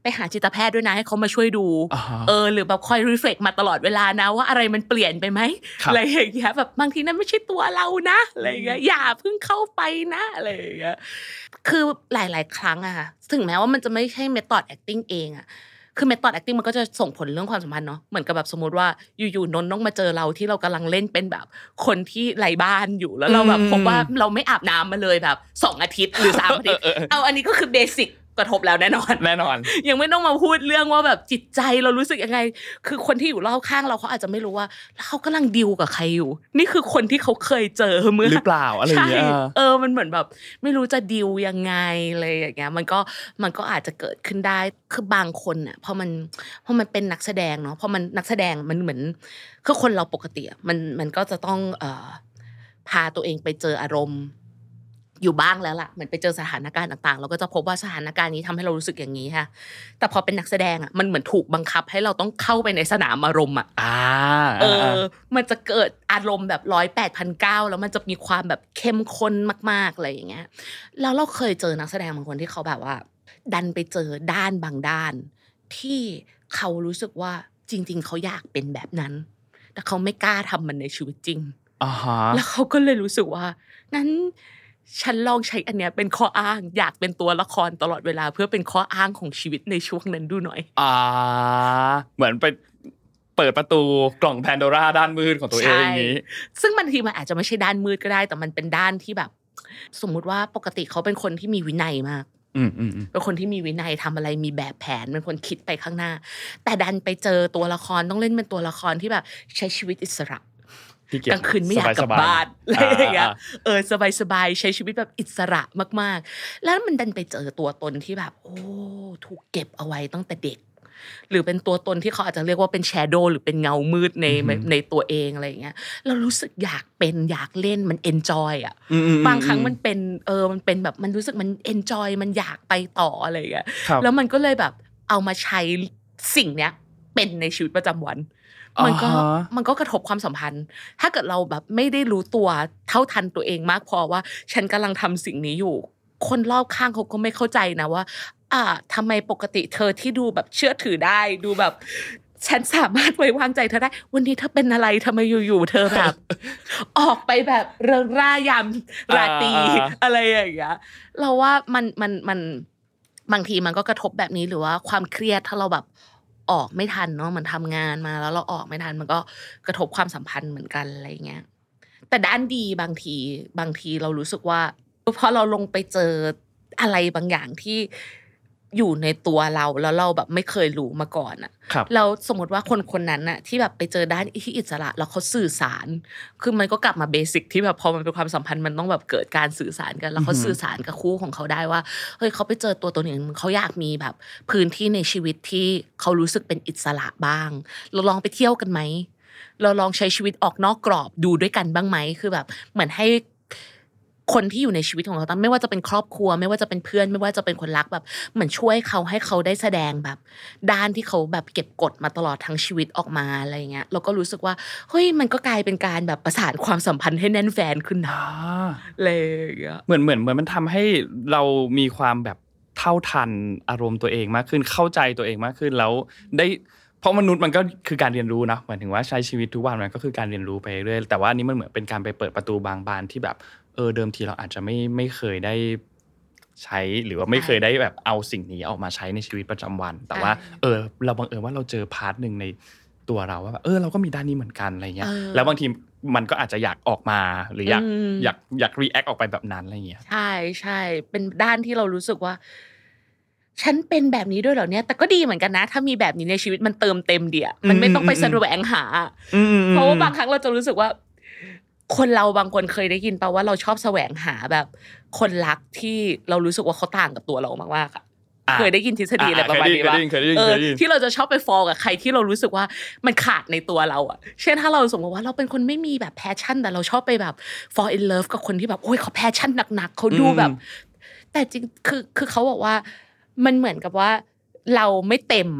ไปหาจิตแพทย์ด้วยนะให้เขามาช่วยดูเออหรือแบบคอยรีเฟล็กมาตลอดเวลานะว่าอะไรมันเปลี่ยนไปไหมอะไรอย่างเงี้ยแบบบางทีนั้นไม่ใช่ตัวเรานะอะไรอย่างเงี้ยอย่าเพิ่งเข้าไปนะอะไรอย่างเงี้ยคือหลายๆครั้งอะค่ะถึงแม้ว่ามันจะไม่ใช่เมธอด acting เองอะคือ method acting มันก็จะส่งผลเรื่องความสัมพันธ์เนาะเหมือนกับแบบสมมติว่าอยู่ๆนนท์ต้องมาเจอเราที่เรากำลังเล่นเป็นแบบคนที่ไร้บ้านอยู่แล้วเราแบบพบว่าเราไม่อาบน้ำมาเลยแบบสองอาทิตย์หรือสามอาทิตย์เอาอันนี้ก็คือเบสิกกระทบแล้วแน่นอนแน่นอนยังไม่ต้องมาพูดเรื่องว่าแบบจิตใจเรารู้สึกยังไงคือคนที่อยู่รอบข้างเราเขาอาจจะไม่รู้ว่าเขากำลังดีลกับใครอยู่นี่คือคนที่เขาเคยเจอเมื่อหรือเปล่าอะไรอย่างเงี้ยเออมันเหมือนแบบไม่รู้จะดีลยังไงอะไรอย่างเงี้ยมันก็มันก็อาจจะเกิดขึ้นได้คือบางคนน่ะพอมันพอมันเป็นนักแสดงเนาะพอมันนักแสดงมันเหมือนคือคนเราปกติอ่ะมันมันก็จะต้องเอ่อพาตัวเองไปเจออารมณ์อยู่บ้างแล้วล่ะเหมือนไปเจอสถานการณ์ต่างๆเราก็จะพบว่าสถานการณ์นี้ทำให้เรารู้สึกอย่างนี้ค่ะแต่พอเป็นนักแสดงอ่ะมันเหมือนถูกบังคับให้เราต้องเข้าไปในสนามอารมณ์อ่ะเออมันจะเกิดอารมณ์แบบร้อยแปดพันเก้าแล้วมันจะมีความแบบเข้มข้นมากๆอะไรอย่างเงี้ยแล้วเราเคยเจอนักแสดงบางคนที่เขาแบบว่าดันไปเจอด้านบางด้านที่เขารู้สึกว่าจริงๆเขาอยากเป็นแบบนั้นแต่เขาไม่กล้าทำมันในชีวิตจริงแล้วเขาก็เลยรู้สึกว่างั้นฉันลองใช้อันเนี้ยเป็นข้ออ้างอยากเป็นตัวละครตลอดเวลาเพื่อเป็นข้ออ้างของชีวิตในช่วงนั้นดูหน่อยอ่าเหมือนไปเปิดประตูกล่องแพนโดราด้านมืดของตัวเองอย่างนี้ซึ่งบางทีมันอาจจะไม่ใช่ด้านมืดก็ได้แต่มันเป็นด้านที่แบบสมมุติว่าปกติเขาเป็นคนที่มีวินัยมากเป็นคนที่มีวินัยทำอะไรมีแบบแผนเป็นคนคิดไปข้างหน้าแต่ดันไปเจอตัวละครต้องเล่นเป็นตัวละครที่แบบใช้ชีวิตอิสระกลางคืนไม่อยากกลับบ้านอะไรอย่างเงี้ยเออสบายๆใช้ชีวิตแบบอิสระมากๆแล้วมันดันไปเจอตัวตนที่แบบโอ้ถูกเก็บเอาไว้ตั้งแต่เด็กหรือเป็นตัวตนที่เขาอาจจะเรียกว่าเป็นแชโดว์หรือเป็นเงามืดในในตัวเองอะไรอย่างเงี้ยเรารู้สึกอยากเป็นอยากเล่นมันเอนจอยอ่ะบางครั้งมันเป็นเออมันเป็นแบบมันรู้สึกมันเอนจอยมันอยากไปต่ออะไรอย่างเงี้ยแล้วมันก็เลยแบบเอามาใช้สิ่งเนี้ยเป็นในชีวิตประจำวันมันก็มันก็กระทบความสัมพันธ์ถ้าเกิดเราแบบไม่ได้รู้ตัวเท่าทันตัวเองมากพอว่าฉันกำลังทำสิ่งนี้อยู่คนรอบข้างเขาก็ไม่เข้าใจนะว่าอ่าทำไมปกติเธอที่ดูแบบเชื่อถือได้ดูแบบฉันสามารถไว้วางใจเธอได้วันนี้เธอเป็นอะไรทำไมอยู่ๆเธอแบบออกไปแบบเริงร่ายามราตรีอะไรอย่างเงี้ยเราว่ามันมันมันบางทีมันก็กระทบแบบนี้หรือว่าความเครียดถ้าเราแบบออกไม่ทันเนาะมันทำงานมาแล้วเราออกไม่ทันมันก็กระทบความสัมพันธ์เหมือนกันอะไรเงี้ยแต่ด้านดีบางทีบางทีเรารู้สึกว่าพอเราลงไปเจออะไรบางอย่างที่อยู่ในตัวเราแล้วเราแบบไม่เคยรู้มาก่อนอ่ะแล้วสมมติว่าคนคนนั้นน่ะที่แบบไปเจอด้านที่อิสระแล้วเขาสื่อสารคือมันก็กลับมาเบสิกที่แบบพอมันเป็นความสัมพันธ์มันต้องแบบเกิดการสื่อสารกันแล้วเขาสื่อสารกับคู่ของเขาได้ว่าเฮ้ยเขาไปเจอตัวตนหนึ่งเขาอยากมีแบบพื้นที่ในชีวิตที่เขารู้สึกเป็นอิสระบ้างเราลองไปเที่ยวกันไหมเราลองใช้ชีวิตออกนอกกรอบดูด้วยกันบ้างไหมคือแบบเหมือนให้คนที่อยู่ในชีวิตของเราตั้งไม่ว่าจะเป็นครอบครัวไม่ว่าจะเป็นเพื่อนไม่ว่าจะเป็นคนรักแบบเหมือนช่วยเขาให้เขาได้แสดงแบบด้านที่เขาแบบเก็บกดมาตลอดทั้งชีวิตออกมาอะไรเงี้ยเราก็รู้สึกว่าเฮ้ยมันก็กลายเป็นการแบบประสานความสัมพันธ์ให้แน่นแฟนขึ้นนะเลยเหมือนเหมือนเหมือนมันทำให้เรามีความแบบเท่าทันอารมณ์ตัวเองมากขึ้นเข้าใจตัวเองมากขึ้นแล้วได้เพราะมนุษย์มันก็คือการเรียนรู้นะหมายถึงว่าใช้ชีวิตทุกวันมันก็คือการเรียนรู้ไปเรื่อยแต่ว่าอันนี้มันเหมือนเป็นการไปเปิดประตูบางบานที่แบบเออเดิมทีเราอาจจะไม่ไม่เคยได้ใช้หรือว่าไม่เคยได้แบบเอาสิ่งนี้ออกมาใช้ในชีวิตประจำวันแต่ว่าเออเราบังเอิญว่าเราเจอพาร์ทนึงในตัวเราว่าแบบเออเราก็มีด้านนี้เหมือนกันอะไรเงี้ยแล้วบางทีมันก็อาจจะอยากออกมาหรืออยากอยากอยากรีแอคออกไปแบบนั้นอะไรเงี้ยใช่ๆเป็นด้านที่เรารู้สึกว่าฉันเป็นแบบนี้ด้วยเหรอเนี่ยแต่ก็ดีเหมือนกันนะถ้ามีแบบนี้ในชีวิตมันเติมเต็มดีอ่ะมันไม่ต้องไปแสวงหาเพราะว่าบางครั้งเราจะรู้สึกว่าคนเราบางคนเคยได้ยินป่ะว่าเราชอบแสวงหาแบบคนรักที่เรารู้สึกว่าเขาต่างกับตัวเรามากๆอ่ะเคยได้ยินทฤษฎีอะไรประมาณนี้ป่ะเออที่เราจะชอบไปฟอลกับใครที่เรารู้สึกว่ามันขาดในตัวเราอ่ะเช่นถ้าเราสมมติว่าเราเป็นคนไม่มีแบบแพชชั่นแต่เราชอบไปแบบ fall in love กับคนที่แบบโอ้ยเขาแพชชั่นหนักๆเขาดูแบบแต่จริงคือคือเขาบอกว่ามันเหมือนกับว่าเราไม่เต็มอ่ะ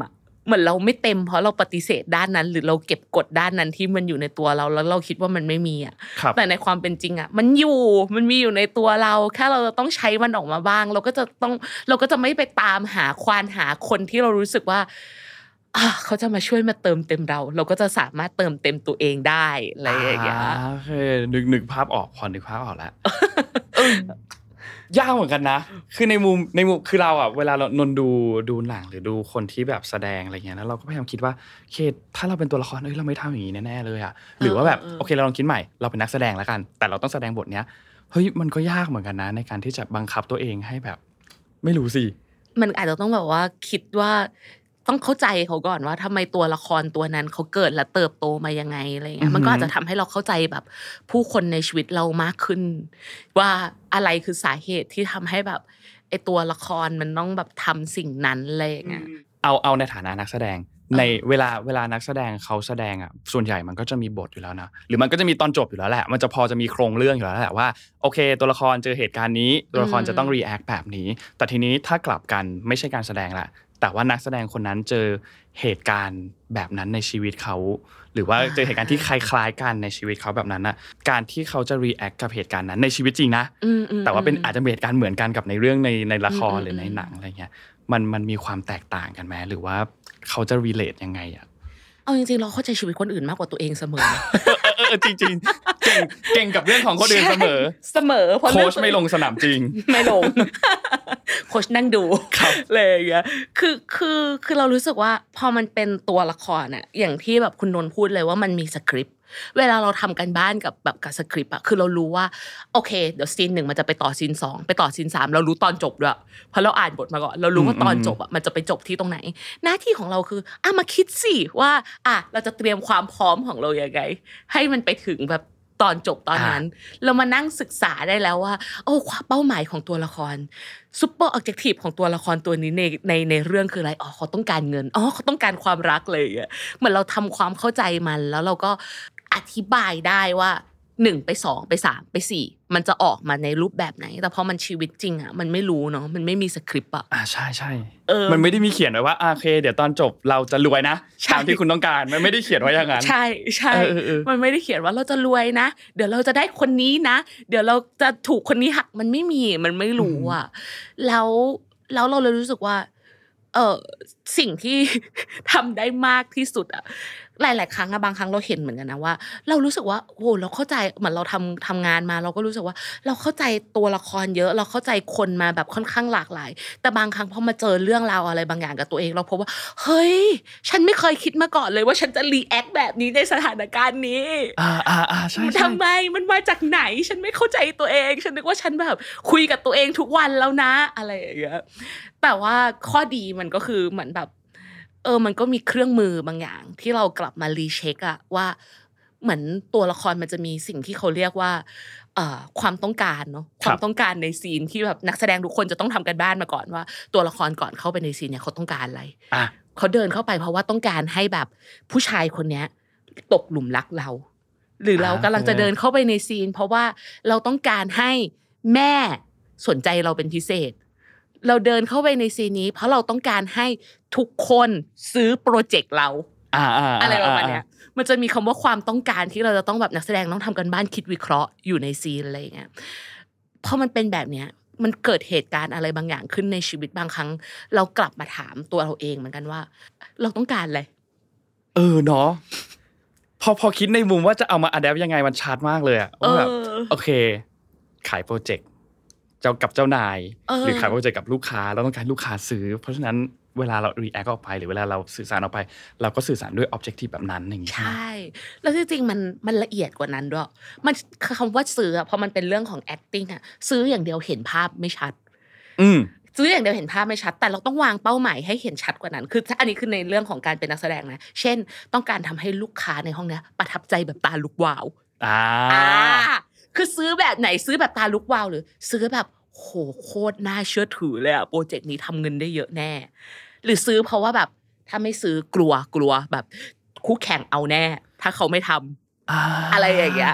เหมือนเราไม่เต็มเพราะเราปฏิเสธด้านนั้นหรือเราเก็บกดด้านนั้นที่มันอยู่ในตัวเราแล้วเราคิดว่ามันไม่มีอ่ะแต่ในความเป็นจริงอ่ะมันอยู่มันมีอยู่ในตัวเราแค่เราต้องใช้มันออกมาบ้างเราก็จะต้องเราก็จะไม่ไปตามหาควานหาคนที่เรารู้สึกว่าอ่ะเขาจะมาช่วยมาเติมเต็มเราเราก็จะสามารถเติมเต็มตัวเองได้อะไรอย่างเงี้ยโอเคนึกนึกภาพออกพอนึกภาพออกแล้วยากเหมือนกันนะคือในมุมในมุมคือเราอ่ะเวลาเรานนดูดูหนังหรือดูคนที่แบบแสดงอะไรเงี้ยแล้วเราก็พยายามคิดว่าเคถ้าเราเป็นตัวละครเอ้ยเราไม่ทำอย่างนี้แน่ๆเลยอ่ะหรือว่าแบบโอเคเราลองคิดใหม่เราเป็นนักแสดงแล้วกันแต่เราต้องแสดงบทเนี้ยเฮ้ยมันก็ยากเหมือนกันนะในการที่จะบังคับตัวเองให้แบบไม่รู้สิมันอาจจะต้องแบบว่าคิดว่าต้องเข้าใจเขาก่อนว่าทำไมตัวละครตัวนั้นเขาเกิดและเติบโตมายังไงอะไรเงี้ยมันก็อาจจะทำให้เราเข้าใจแบบผู้คนในชีวิตเรามากขึ้นว่าอะไรคือสาเหตุที่ทำให้แบบไอตัวละครมันต้องแบบทำสิ่งนั้นอะไรเงี้ยเอาเอาในฐานะนักแสดงในเวลาเวลานักแสดงเขาแสดงอ่ะส่วนใหญ่มันก็จะมีบทอยู่แล้วนะหรือมันก็จะมีตอนจบอยู่แล้วแหละมันจะพอจะมีโครงเรื่องอยู่แล้วแหละว่าโอเคตัวละครเจอเหตุการณ์นี้ตัวละครจะต้องรีแอคแบบนี้แต่ทีนี้ถ้ากลับกันไม่ใช่การแสดงละแต่ว่านักแสดงคนนั้นเจอเหตุการณ์แบบนั้นในชีวิตเขาหรือว่าเจอเหตุการณ์ที่คล้ายๆกันในชีวิตเขาแบบนั้นน่ะการที่เขาจะรีแอคกับเหตุการณ์นั้นในชีวิตจริงนะแต่ว่าเป็นอาจจะเป็นเหตุการณ์เหมือนกันกับในเรื่องในในละครหรือในหนังอะไรเงี้ยมันมันมีความแตกต่างกันไหมหรือว่าเขาจะรีเลทยังไงอ่ะเอาจริงๆเราเข้าใจชีวิตคนอื่นมากกว่าตัวเองเสมอเออจริงๆเก่งเก่งกับเรื่องของคนอื่นเสมอเสมอเพราะโค้ชไม่ลงสนามจริงไม่ลงโค้ชนั่งดูเลยอย่างเงี้ยคือคือคือเรารู้สึกว่าพอมันเป็นตัวละครน่ะอย่างที่แบบคุณนนท์พูดเลยว่ามันมีสคริปต์เวลาเราทำกันบ้านกับแบบกับสคริปต์อะคือเรารู้ว่าโอเคเดี๋ยวซีนหนึ่งมันจะไปต่อซีนสองไปต่อซีนสามเรารู้ตอนจบด้วยเพราะเราอ่านบทมาก่อนเรารู้ว่าตอนจบอะมันจะไปจบที่ตรงไหนหน้าที่ของเราคืออ่ะมาคิดสิว่าอ่ะเราจะเตรียมความพร้อมของเรายังไงให้มันไปถึงแบบตอนจบตอนนั้นเรามานั่งศึกษาได้แล้วว่าโอ้ความเป้าหมายของตัวละครซุปเปอร์ออบเจกทีฟของตัวละครตัวนี้ในในในเรื่องคืออะไรอ๋อเขาต้องการเงินอ๋อเขาต้องการความรักเลยอ่ะเหมือนเราทำความเข้าใจมันแล้วเราก็อธิบายได้ว่าหนึ่งไปสองไปสามไปสี่มันจะออกมาในรูปแบบไหนแต่พอมันชีวิตจริงอ่ะมันไม่รู้เนาะมันไม่มีสคริปต์อ่ะอ่าใช่ๆเออมันไม่ได้มีเขียนไว้ว่าโอเคเดี๋ยวตอนจบเราจะรวยนะตามที่คุณต้องการมันไม่ได้เขียนไว้อย่างนั้นใช่ๆมันไม่ได้เขียนว่าเราจะรวยนะเดี๋ยวเราจะได้คนนี้นะเดี๋ยวเราจะถูกคนนี้หักมันไม่มีมันไม่รู้อ่ะแล้วแล้วเราเลยรู้สึกว่าเออสิ่งที่ทำได้มากที่สุดอะหลายๆครั้งอะบางครั้งเราเห็นเหมือนกันนะว่าเรารู้สึกว่าโอ้เราเข้าใจเหมือนเราทำทำงานมาเราก็รู้สึกว่าเราเข้าใจตัวละครเยอะเราเข้าใจคนมาแบบค่อนข้างหลากหลายแต่บางครั้งพอมาเจอเรื่องราวอะไรบางอย่างกับตัวเองเราพบว่าเฮ้ยฉันไม่เคยคิดมาก่อนเลยว่าฉันจะรีแอคแบบนี้ในสถานการณ์นี้อ่าๆๆใช่ๆทำไมมันมาจากไหนฉันไม่เข้าใจตัวเองฉันนึกว่าฉันแบบคุยกับตัวเองทุกวันแล้วนะอะไรอย่างเงี้ยแต่ว่าข้อดีมันก็คือเหมือนแบบเออมันก็มีเครื่องมือบางอย่างที่เรากลับมารีเช็คอะว่าเหมือนตัวละครมันจะมีสิ่งที่เขาเรียกว่าเอ่อความต้องการเนาะความต้องการในซีนที่แบบนักแสดงทุกคนจะต้องทำกันบ้านมาก่อนว่าตัวละครก่อนเข้าไปในซีนเนี่ยเขาต้องการอะไรเขาเดินเข้าไปเพราะว่าต้องการให้แบบผู้ชายคนเนี้ยตกหลุมรักเราหรือเรากำลังจะเดินเข้าไปในซีนเพราะว่าเราต้องการให้แม่สนใจเราเป็นพิเศษเราเดินเข้าไปในซีนนี้เพราะเราต้องการให้ทุกคนซื้อโปรเจกต์เราอะไรประมาณเนี้ยมันจะมีคำว่าความต้องการที่เราจะต้องแบบนักแสดงต้องทำกันบ้านคิดวิเคราะห์อยู่ในซีนอะไรอย่างเงี้ยพอมันเป็นแบบเนี้ยมันเกิดเหตุการณ์อะไรบางอย่างขึ้นในชีวิตบางครั้งเรากลับมาถามตัวเราเองเหมือนกันว่าเราต้องการอะไรเออเนาะพอพอคิดในมุมว่าจะเอามาอะแดปยังไงมันชัดมากเลยอะว่าแบบโอเคขายโปรเจกต์เจ้ากับเจ้านายหรือขายโปรเจกต์กับลูกค้าเราต้องการลูกค้าซื้อเพราะฉะนั้นเวลาเรารีแอคออกไปหรือเวลาเราสื่อสารออกไปเราก็สื่อสารด้วยออบเจกตีฟแบบนั้นอย่างงี้ใช่แล้วจริงๆมันมันละเอียดกว่านั้นด้วยมันคำว่าซื้อพอมันเป็นเรื่องของ acting อ่ะซื้ออย่างเดียวเห็นภาพไม่ชัดอืมซื้ออย่างเดียวเห็นภาพไม่ชัดแต่เราต้องวางเป้าหมายให้เห็นชัดกว่านั้นคืออันนี้คือในเรื่องของการเป็นนักแสดงนะเช่นต้องการทำให้ลูกค้าในห้องเนี้ยประทับใจแบบตาลุกวาวอ่าคือซื้อแบบไหนซื้อแบบตาลุกวาวหรือซื้อแบบโหโคตรน่าเชื่อถือเลยอะโปรเจกต์นี้ทำเงินได้เยอะแน่หรือซื้อเพราะว่าแบบถ้าไม่ซื้อกลัวกลัวแบบคู่แข่งเอาแน่ถ้าเขาไม่ทำอะไรอย่างเงี้ย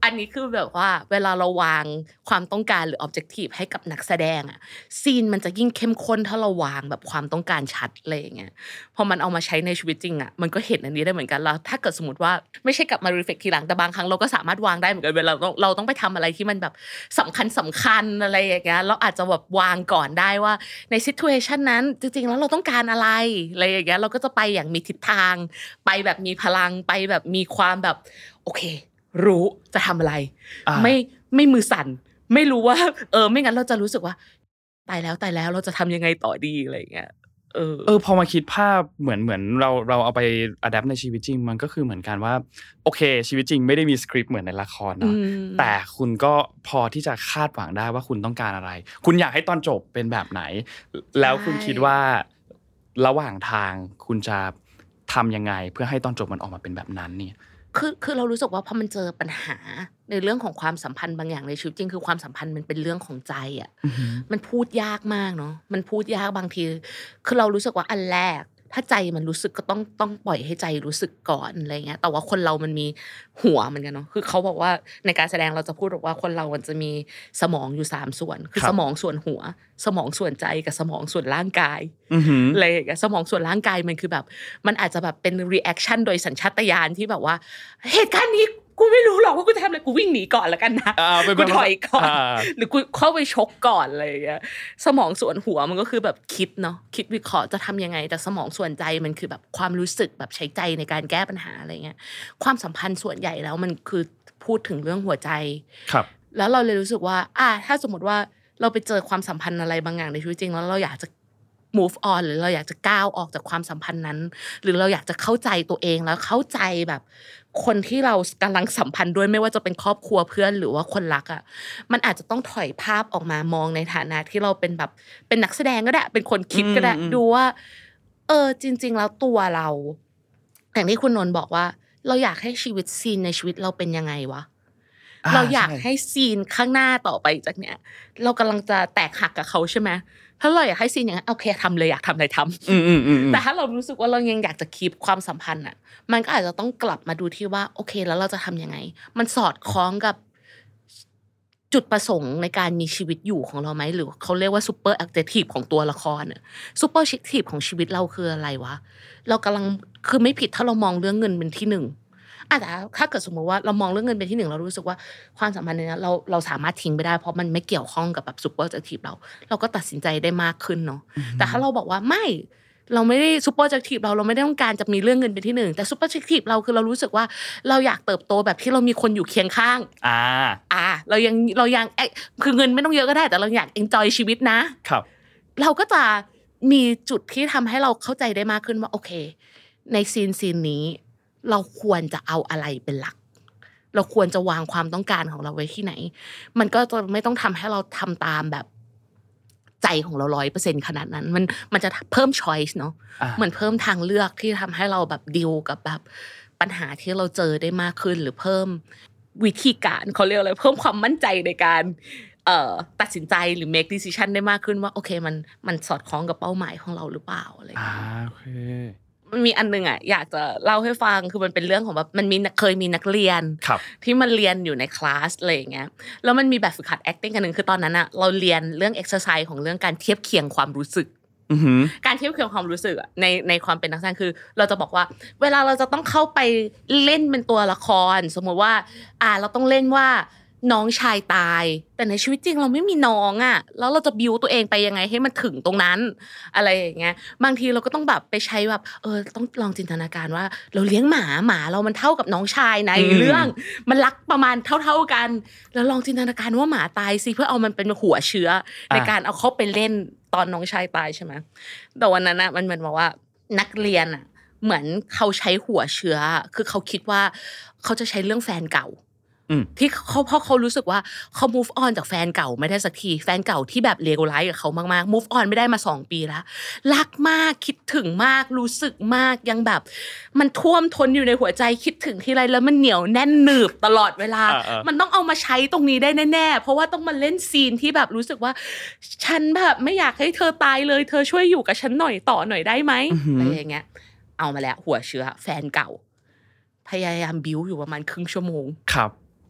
อันนี้คือแบบว่าเวลาเราวางความต้องการหรือ objective ให้กับนักแสดงอ่ะซีนมันจะยิ่งเข้มข้นถ้าเราวางแบบความต้องการชัดอะไรอย่างเงี้ยพอมันเอามาใช้ในชีวิตจริงอ่ะมันก็เห็นอันนี้ได้เหมือนกันแล้วถ้าเกิดสมมติว่าไม่ใช่กลับมา reflect ทีหลังแต่บางครั้งเราก็สามารถวางได้เหมือนกันเวลาเราเราต้องไปทำอะไรที่มันแบบสำคัญสำคัญอะไรอย่างเงี้ยเราอาจจะแบบวางก่อนได้ว่าใน situation นั้นจริงๆแล้วเราต้องการอะไรอะไรอย่างเงี้ยเราก็จะไปอย่างมีทิศทางไปแบบมีพลังไปแบบมีความแบบโอเครู้จะทำอะไรไม่ไม่มือสั่นไม่รู้ว่าเออไม่งั้นเราจะรู้สึกว่าตายแล้วตายแล้วเราจะทำยังไงต่อดีอะไรอย่างเงี้ยเออเออพอมาคิดภาพเหมือนเหมือนเราเราเอาไปอะแดปในชีวิตจริงมันก็คือเหมือนกันว่าโอเคชีวิตจริงไม่ได้มีสคริปต์เหมือนในละครเนาะแต่คุณก็พอที่จะคาดหวังได้ว่าคุณต้องการอะไรคุณอยากให้ตอนจบเป็นแบบไหนแล้วคุณคิดว่าระหว่างทางคุณจะทำยังไงเพื่อให้ตอนจบมันออกมาเป็นแบบนั้นเนี่ยคือคือเรารู้สึกว่าพอมันเจอปัญหาในเรื่องของความสัมพันธ์บางอย่างในชีวิตจริงคือความสัมพันธ์มันเป็นเรื่องของใจอ่ะมันพูดยากมากเนาะมันพูดยากบางทีคือเรารู้สึกว่าอันแรกถ้าใจมันรู้สึกก็ต้องต้องปล่อยให้ใจรู้สึกก่อนอะไรเงี้ยแต่ว่าคนเรามันมีหัวเหมือนกันเนาะคือเขาบอกว่าในการแสดงเราจะพูดบอกว่าคนเรามันจะมีสมองอยู่สามส่วนคือสมองส่วนหัวสมองส่วนใจกับสมองส่วนร่างกายอะไรอย่างเงี้ยสมองส่วนร่างกายมันคือแบบมันอาจจะแบบเป็น reaction โดยสัญชาตญาณที่แบบว่าเหตุการณ์นี้กูไม่รู้หรอกว่ากูจะทำอะไรกูวิ่งหนีก่อนแล้วกันนะกูถอยก่อนหรือกูเข้าไปชกก่อนอะไรอย่างเงี้ยสมองส่วนหัวมันก็คือแบบคิดเนาะคิดวิเคราะห์จะทำยังไงแต่สมองส่วนใจมันคือแบบความรู้สึกแบบใช้ใจในการแก้ปัญหาอะไรเงี้ยความสัมพันธ์ส่วนใหญ่แล้วมันคือพูดถึงเรื่องหัวใจครับแล้วเราเลยรู้สึกว่าอ่ะถ้าสมมติว่าเราไปเจอความสัมพันธ์อะไรบางอย่างในชีวิตจริงแล้วเราอยากจะ move on หรือเราอยากจะก้าวออกจากความสัมพันธ์นั้นหรือเราอยากจะเข้าใจตัวเองแล้วเข้าใจแบบคนที่เรากำลังสัมพันธ์ด้วยไม่ว่าจะเป็นครอบครัวเพื่อนหรือว่าคนรักอ่ะมันอาจจะต้องถอยภาพออกมามองในฐานะที่เราเป็นแบบเป็นนักแสดงก็ได้เป็นคนคิดก็ได้ดูว่าเออจริงๆแล้วตัวเราอย่างที่คุณนนท์บอกว่าเราอยากให้ชีวิตซีนในชีวิตเราเป็นยังไงวะเราอยากให้ซีนข้างหน้าต่อไปจากเนี้ยเรากำลังจะแตกหักกับเขาใช่ไหมถ้าเราอยากให้ซีนอย่างนั้นโอเคทำเลยอยากทำอะไรทำแต่ถ้าเรารู้สึกว่าเรายังอยากจะคีปความสัมพันธ์อ่ะมันก็อาจจะต้องกลับมาดูที่ว่าโอเคแล้วเราจะทำยังไงมันสอดคล้องกับจุดประสงค์ในการมีชีวิตอยู่ของเราไหมหรือเขาเรียกว่าซูเปอร์แอคทีฟของตัวละครอ่ะซูเปอร์แอคทีฟของชีวิตเราคืออะไรวะเรากำลังคือไม่ผิดถ้าเรามองเรื่องเงินเป็นที่หนึ่งอ่ะแต่ถ้าเกิดสมมติว่าเรามองเรื่องเงินเป็นที่หนึ่งเรารู้สึกว่าความสัมพันธ์เนี่ยเราเราสามารถทิ้งไปได้เพราะมันไม่เกี่ยวข้องกับแบบซูเปอร์แอคทีฟเราเราก็ตัดสินใจได้มากขึ้นเนาะแต่ถ้าเราบอกว่าไม่เราไม่ได้ซูเปอร์แอคทีฟเราเราไม่ได้ต้องการจะมีเรื่องเงินเป็นที่หนึ่งแต่ซูเปอร์แอคทีฟเราคือเรารู้สึกว่าเราอยากเติบโตแบบที่เรามีคนอยู่เคียงข้างอ่าอ่าเรายังเรายังคือเงินไม่ต้องเยอะก็ได้แต่เราอยากเอนจอยชีวิตนะครับเราก็จะมีจุดที่ทำให้เราเข้าใจได้มากขึ้นว่าโอเคในซีนซีนนี้เราควรจะเอาอะไรเป็นหลักเราควรจะวางความต้องการของเราไว้ที่ไหนมันก็จะไม่ต้องทำให้เราทำตามแบบใจของเรา ร้อยเปอร์เซ็นต์ ขนาดนั้นมันมันจะเพิ่ม choice เนาะเหมือนเพิ่มทางเลือกที่ทำให้เราแบบดีลกับแบบปัญหาที่เราเจอได้มากขึ้นหรือเพิ่มวิธีการเขาเรียกอะไรเพิ่มความมั่นใจในการเอ่อตัดสินใจหรือ make decision ได้มากขึ้นว่าโอเคมันมันสอดคล้องกับเป้าหมายของเราหรือเปล่าอะไรอย่างเงี้ยโอเคมันมีอันนึงอ่ะอยากจะเล่าให้ฟังคือมันเป็นเรื่องของแบบมันมีเคยมีนักเรียนที่มันเรียนอยู่ในคลาสอะไรอย่างเงี้ยแล้วมันมีแบบฝึกหัด acting กันนึงคือตอนนั้นอ่ะเราเรียนเรื่อง exercise ของเรื่องการเทียบเคียงความรู้สึกการเทียบเคียงความรู้สึกอ่ะในในความเป็นนักแสดงคือเราจะบอกว่าเวลาเราจะต้องเข้าไปเล่นเป็นตัวละครสมมติว่าอ่าเราต้องเล่นว่าน้องชายตายแต่ในชีวิตจริงเราไม่มีน้องอ่ะแล้วเราจะบิวตัวเองไปยังไงให้มันถึงตรงนั้นอะไรอย่างเงี้ยบางทีเราก็ต้องแบบไปใช้แบบเออต้องลองจินตนาการว่าเราเลี้ยงหมาหมาเรามันเท่ากับน้องชายในเรื่องมันรักประมาณเท่าๆกันแล้วลองจินตนาการว่าหมาตายสิเพื่อเอามันเป็นหัวเชื้อในการเอาเข้าไปเล่นตอนน้องชายตายใช่ไหมแต่วันนั้นอ่ะมันเหมือนว่านักเรียนอ่ะเหมือนเขาใช้หัวเชื้อคือเขาคิดว่าเขาจะใช้เรื่องแฟนเก่าที่เขาเพราะเขารู้สึกว่าเขา move on จากแฟนเก่าไม่ได้สักทีแฟนเก่าที่แบบเลวร้ายกับเขามากๆ move on ไม่ได้มาสองปีแล้วรักมากคิดถึงมากรู้สึกมากยังแบบมันท่วมท้นอยู่ในหัวใจคิดถึงทีไรแล้วมันเหนียวแน่นหนึบตลอดเวลามันต้องเอามาใช้ตรงนี้ได้แน่ๆเพราะว่าต้องมาเล่นซีนที่แบบรู้สึกว่าฉันแบบไม่อยากให้เธอตายเลยเธอช่วยอยู่กับฉันหน่อยต่อหน่อยได้ไหมอะไรอย่างเงี้ยเอามาแล้วหัวเชื้อแฟนเก่าพยายามบิ้วอยู่ประมาณครึ่งชั่วโมงครับ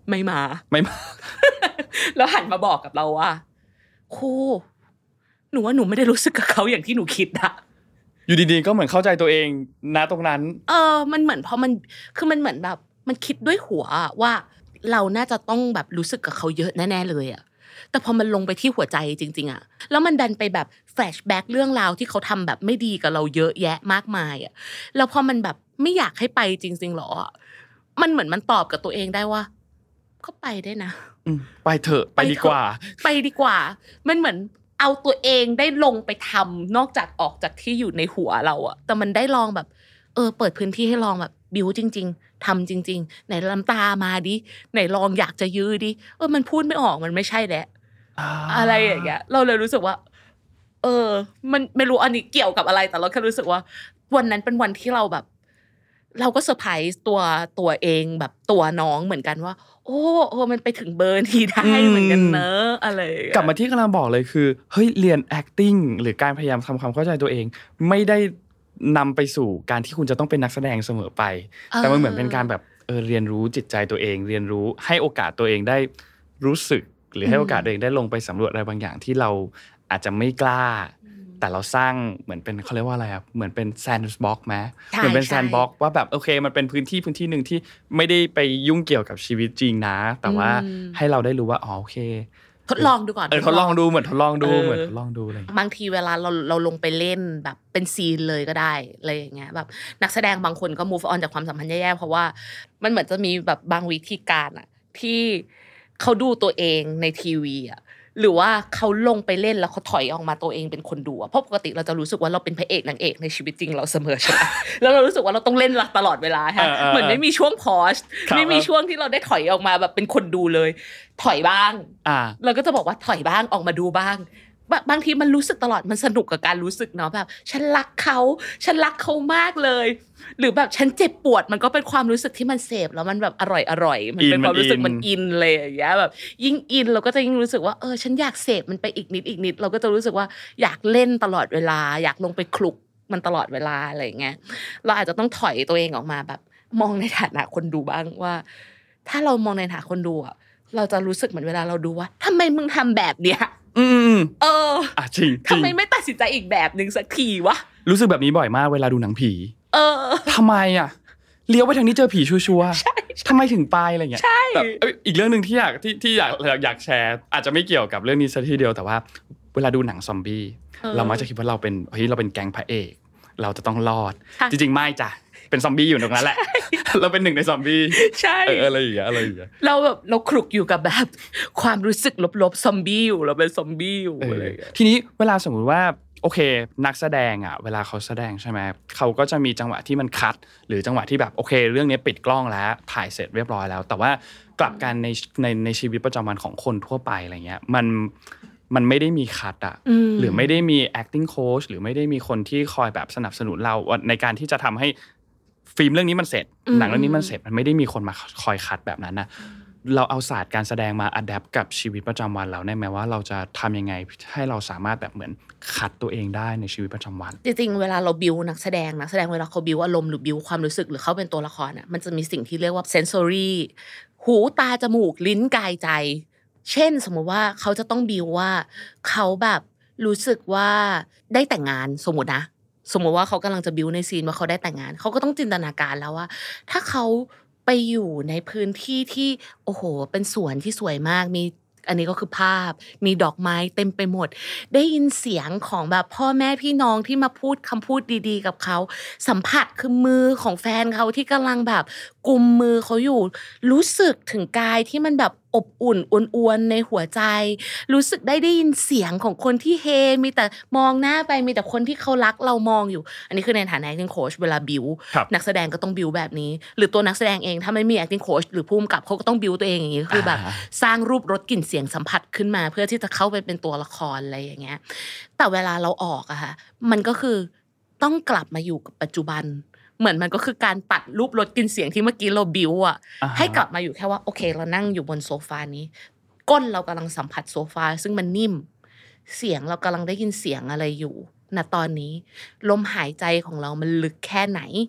ไม่มาไม่มาแล้วหันมาบอกกับเราว่าครูหนูว่าหนูไม่ได้รู้สึกกับเขาอย่างที่หนูคิดอะอยู่ดีๆก็เหมือนเข้าใจตัวเองณตรงนั้นเออมันเหมือนพอมันคือมันเหมือนแบบมันคิดด้วยหัวว่าเราน่าจะต้องแบบรู้สึกกับเขาเยอะแน่ๆเลยอะแต่พอมันลงไปที่หัวใจจริงๆอะแล้วมันดันไปแบบแฟลชแบ็กเรื่องราวที่เขาทำแบบไม่ดีกับเราเยอะแยะมากมายอะแล้วพอมันแบบไม่อยากให้ไปจริงๆหรอมันเหมือนมันตอบกับตัวเองได้ว่าก็ไปได้นะไปเถอะไปดีกว่าไปดีกว่ามันเหมือนเอาตัวเองได้ลงไปทำนอกจากออกจากที่อยู่ในหัวเราอะแต่มันได้ลองแบบเออเปิดพื้นที่ให้ลองแบบบิวจริงๆทำจริงๆไหนน้ำตามาดิไหนลองอยากจะยื้อดิเออมันพูดไม่ออกมันไม่ใช่แหละอะไรอย่างเงี้ยเราเลยรู้สึกว่าเออมันไม่รู้อันนี้เกี่ยวกับอะไรแต่เราแค่รู้สึกว่าวันนั้นเป็นวันที่เราแบบเราก็เซอร์ไพรส์ตัวตัวเองแบบตัวน้องเหมือนกันว่าโอ้โอ้มันไปถึงเบอร์นี้ได้เหมือนกันเนอะอะไรกลับมาที่กำลังบอกเลยคือเฮ้ยเรียน acting หรือการพยายามทำความเข้าใจตัวเองไม่ได้นำไปสู่การที่คุณจะต้องเป็นนักแสดงเสมอไปแต่มันเหมือนเป็นการแบบเออเรียนรู้จิตใจตัวเองเรียนรู้ให้โอกาสตัวเองได้รู้สึกหรือให้โอกาสตัวเองได้ลงไปสำรวจอะไรบางอย่างที่เราอาจจะไม่กล้าแต่เราสร้างเหมือนเป็นเขาเรียกว่าอะไรครับเหมือนเป็นแซนด์บ็อกซ์มั้ยเหมือนเป็นแซนด์บ็อกซ์ว่าแบบโอเคมันเป็นพื้นที่พื้นที่นึงที่ไม่ได้ไปยุ่งเกี่ยวกับชีวิตจริงนะแต่ว่าให้เราได้รู้ว่าอ๋อโอเคทดลองดูก่อนเออทดลองดูเหมือนทดลองดูเหมือนทดลองดูอะไรบางทีเวลาเราเราลงไปเล่นแบบเป็นซีนเลยก็ได้อะไรอย่างเงี้ยแบบนักแสดงบางคนก็ move on จากความสัมพันธ์แย่ๆเพราะว่ามันเหมือนจะมีแบบบางวิธีการอะที่เขาดูตัวเองในทีวีอะหรือว่าเขาลงไปเล่นแล้วเขาถอยออกมาตัวเองเป็นคนดูเพราะปกติเราจะรู้สึกว่าเราเป็นพระเอกนางเอกในชีวิตจริงเราเสมอใช่ไหมแล้วเรารู้สึกว่าเราต้องเล่นตลอดเวลาฮะเหมือนไม่มีช่วงพอสไม่มีช่วงที่เราได้ถอยออกมาแบบเป็นคนดูเลยถอยบ้างเราก็จะบอกว่าถอยบ้างออกมาดูบ้างบางทีมันรู้สึกตลอดมันสนุกกับการรู้สึกเนาะแบบฉันรักเขาฉันรักเขามากเลยหรือแบบฉันเจ็บปวดมันก็เป็นความรู้สึกที่มันเสพแล้วมันแบบอร่อยอร่อยมันเป็นความรู้สึกมันอินเลยอย่างเงี้ยแบบยิ่งอินเราก็จะยิ่งรู้สึกว่าเออฉันอยากเสพมันไปอีกนิดอีกนิดเราก็จะรู้สึกว่าอยากเล่นตลอดเวลาอยากลงไปคลุกมันตลอดเวลาอะไรอย่างเงี้ยเราอาจจะต้องถอยตัวเองออกมาแบบมองในฐานะคนดูบ้างว่าถ้าเรามองในฐานะคนดูอ่ะเราจะรู้สึกเหมือนเวลาเราดูว่าทำไมมึงทำแบบเนี้ยอืมเอออ่ะจริงทำไมไม่ตัดสินใจอีกแบบนึงสักทีวะรู้สึกแบบนี้บ่อยมากเวลาดูหนังผีเออทำไมอ่ะเลี้ยวไปทางนี้เจอผีชัวร์ๆทำไมถึงไปอะไรเงี้ยแต่อีกเรื่องนึงที่อยากที่ที่อยากอยากแชร์อาจจะไม่เกี่ยวกับเรื่องนี้ซะทีเดียวแต่ว่าเวลาดูหนังซอมบี้เรามักจะคิดว่าเราเป็นเฮ้ยเราเป็นแก๊งพระเอกเราจะต้องรอดจริงๆไม่จ้ะเป็นซอมบี้อยู่ตรงนั้นแหละเราเป็นหนึ่งในซอมบี้ใช่เอออะไรอย่างเงี้ยอะไรอย่างเงี้ยเราแบบเราคลุกอยู่กับแบบความรู้สึกลบๆซอมบี้อยู่เราเป็นซอมบี้อยู่อะไรอย่างเงี้ยทีนี้เวลาสมมุติว่าโอเคนักแสดงอ่ะเวลาเขาแสดงใช่ไหมเขาก็จะมีจังหวะที่มันคัทหรือจังหวะที่แบบโอเคเรื่องนี้ปิดกล้องแล้วถ่ายเสร็จเรียบร้อยแล้วแต่ว่ากลับกันในในในชีวิตประจำวันของคนทั่วไปอะไรเงี้ยมันมันไม่ได้มีคัทอ่ะหรือไม่ได้มี acting coach หรือไม่ได้มีคนที่คอยแบบสนับสนุนเราในการที่จะทำให้ฟิล์มเรื่องนี้มันเสร็จหนังเรื่องนี้มันเสร็จมันไม่ได้มีคนมาคอยคัทแบบนั้นนะเราเอาศาสตร์การแสดงมาอัดแอปกับชีวิตประจำวันเราได้ไหมว่าเราจะทำยังไงให้เราสามารถแบบเหมือนคัดตัวเองได้ในชีวิตประจำวันจริงๆเวลาเราบิวนักแสดงนักแสดงเวลาเขาบิวอารมณ์หรือบิวความรู้สึกหรือเขาเป็นตัวละครอ่ะมันจะมีสิ่งที่เรียกว่า sensory หูตาจมูกลิ้นกายใจเช่นสมมติว่าเขาจะต้องบิวว่าเขาแบบรู้สึกว่าได้แต่งงานสมมตินะสมมติว่าเขากำลังจะบิวในซีนว่าเขาได้แต่งงานเขาก็ต้องจินตนาการแล้วว่าถ้าเขาไปอยู่ในพื้นที่ที่โอ้โหเป็นสวนที่สวยมากมีอันนี้ก็คือภาพมีดอกไม้เต็มไปหมดได้ยินเสียงของแบบพ่อแม่พี่น้องที่มาพูดคำพูดดีๆกับเขาสัมผัสคือมือของแฟนเขาที่กำลังแบบกุมมือเขาอยู่รู้สึกถึงกายที่มันแบบอบอุ่นอ้วนๆในหัวใจรู้สึกได้ได้ยินเสียงของคนที่เฮมีแต่มองหน้าไปมีแต่คนที่เขารักเรามองอยู่อันนี้คือในฐานะ acting coach เวลาบิวนักแสดงก็ต้องบิวแบบนี้หรือตัวนักแสดงเองถ้าไม่มี acting coach หรือผู้กำกับเขาก็ต้องบิวตัวเองอย่างนี้คือแบบสร้างรูปรสกลิ่นเสียงสัมผัสขึ้นมาเพื่อที่จะเข้าไปเป็นตัวละครอะไรอย่างเงี้ยแต่เวลาเราออกอะค่ะมันก็คือต้องกลับมาอยู่กับปัจจุบันเหมือนมันก็คือการตัดรูปรสกลิ่นเสียงที่เมื่อกี้เราบิวอะให้กลับมาอยู่แค่ว่าโอเคเรานั่งอยู่บนโซฟานี้ก้นเรากำลังสัมผัสโซฟาซึ่งมันนิ่มเสียงเรากำลังได้ยินเสียงอะไรอยู่ณตอนนี้ลมหายใจของเรามันลึกแค่ไหน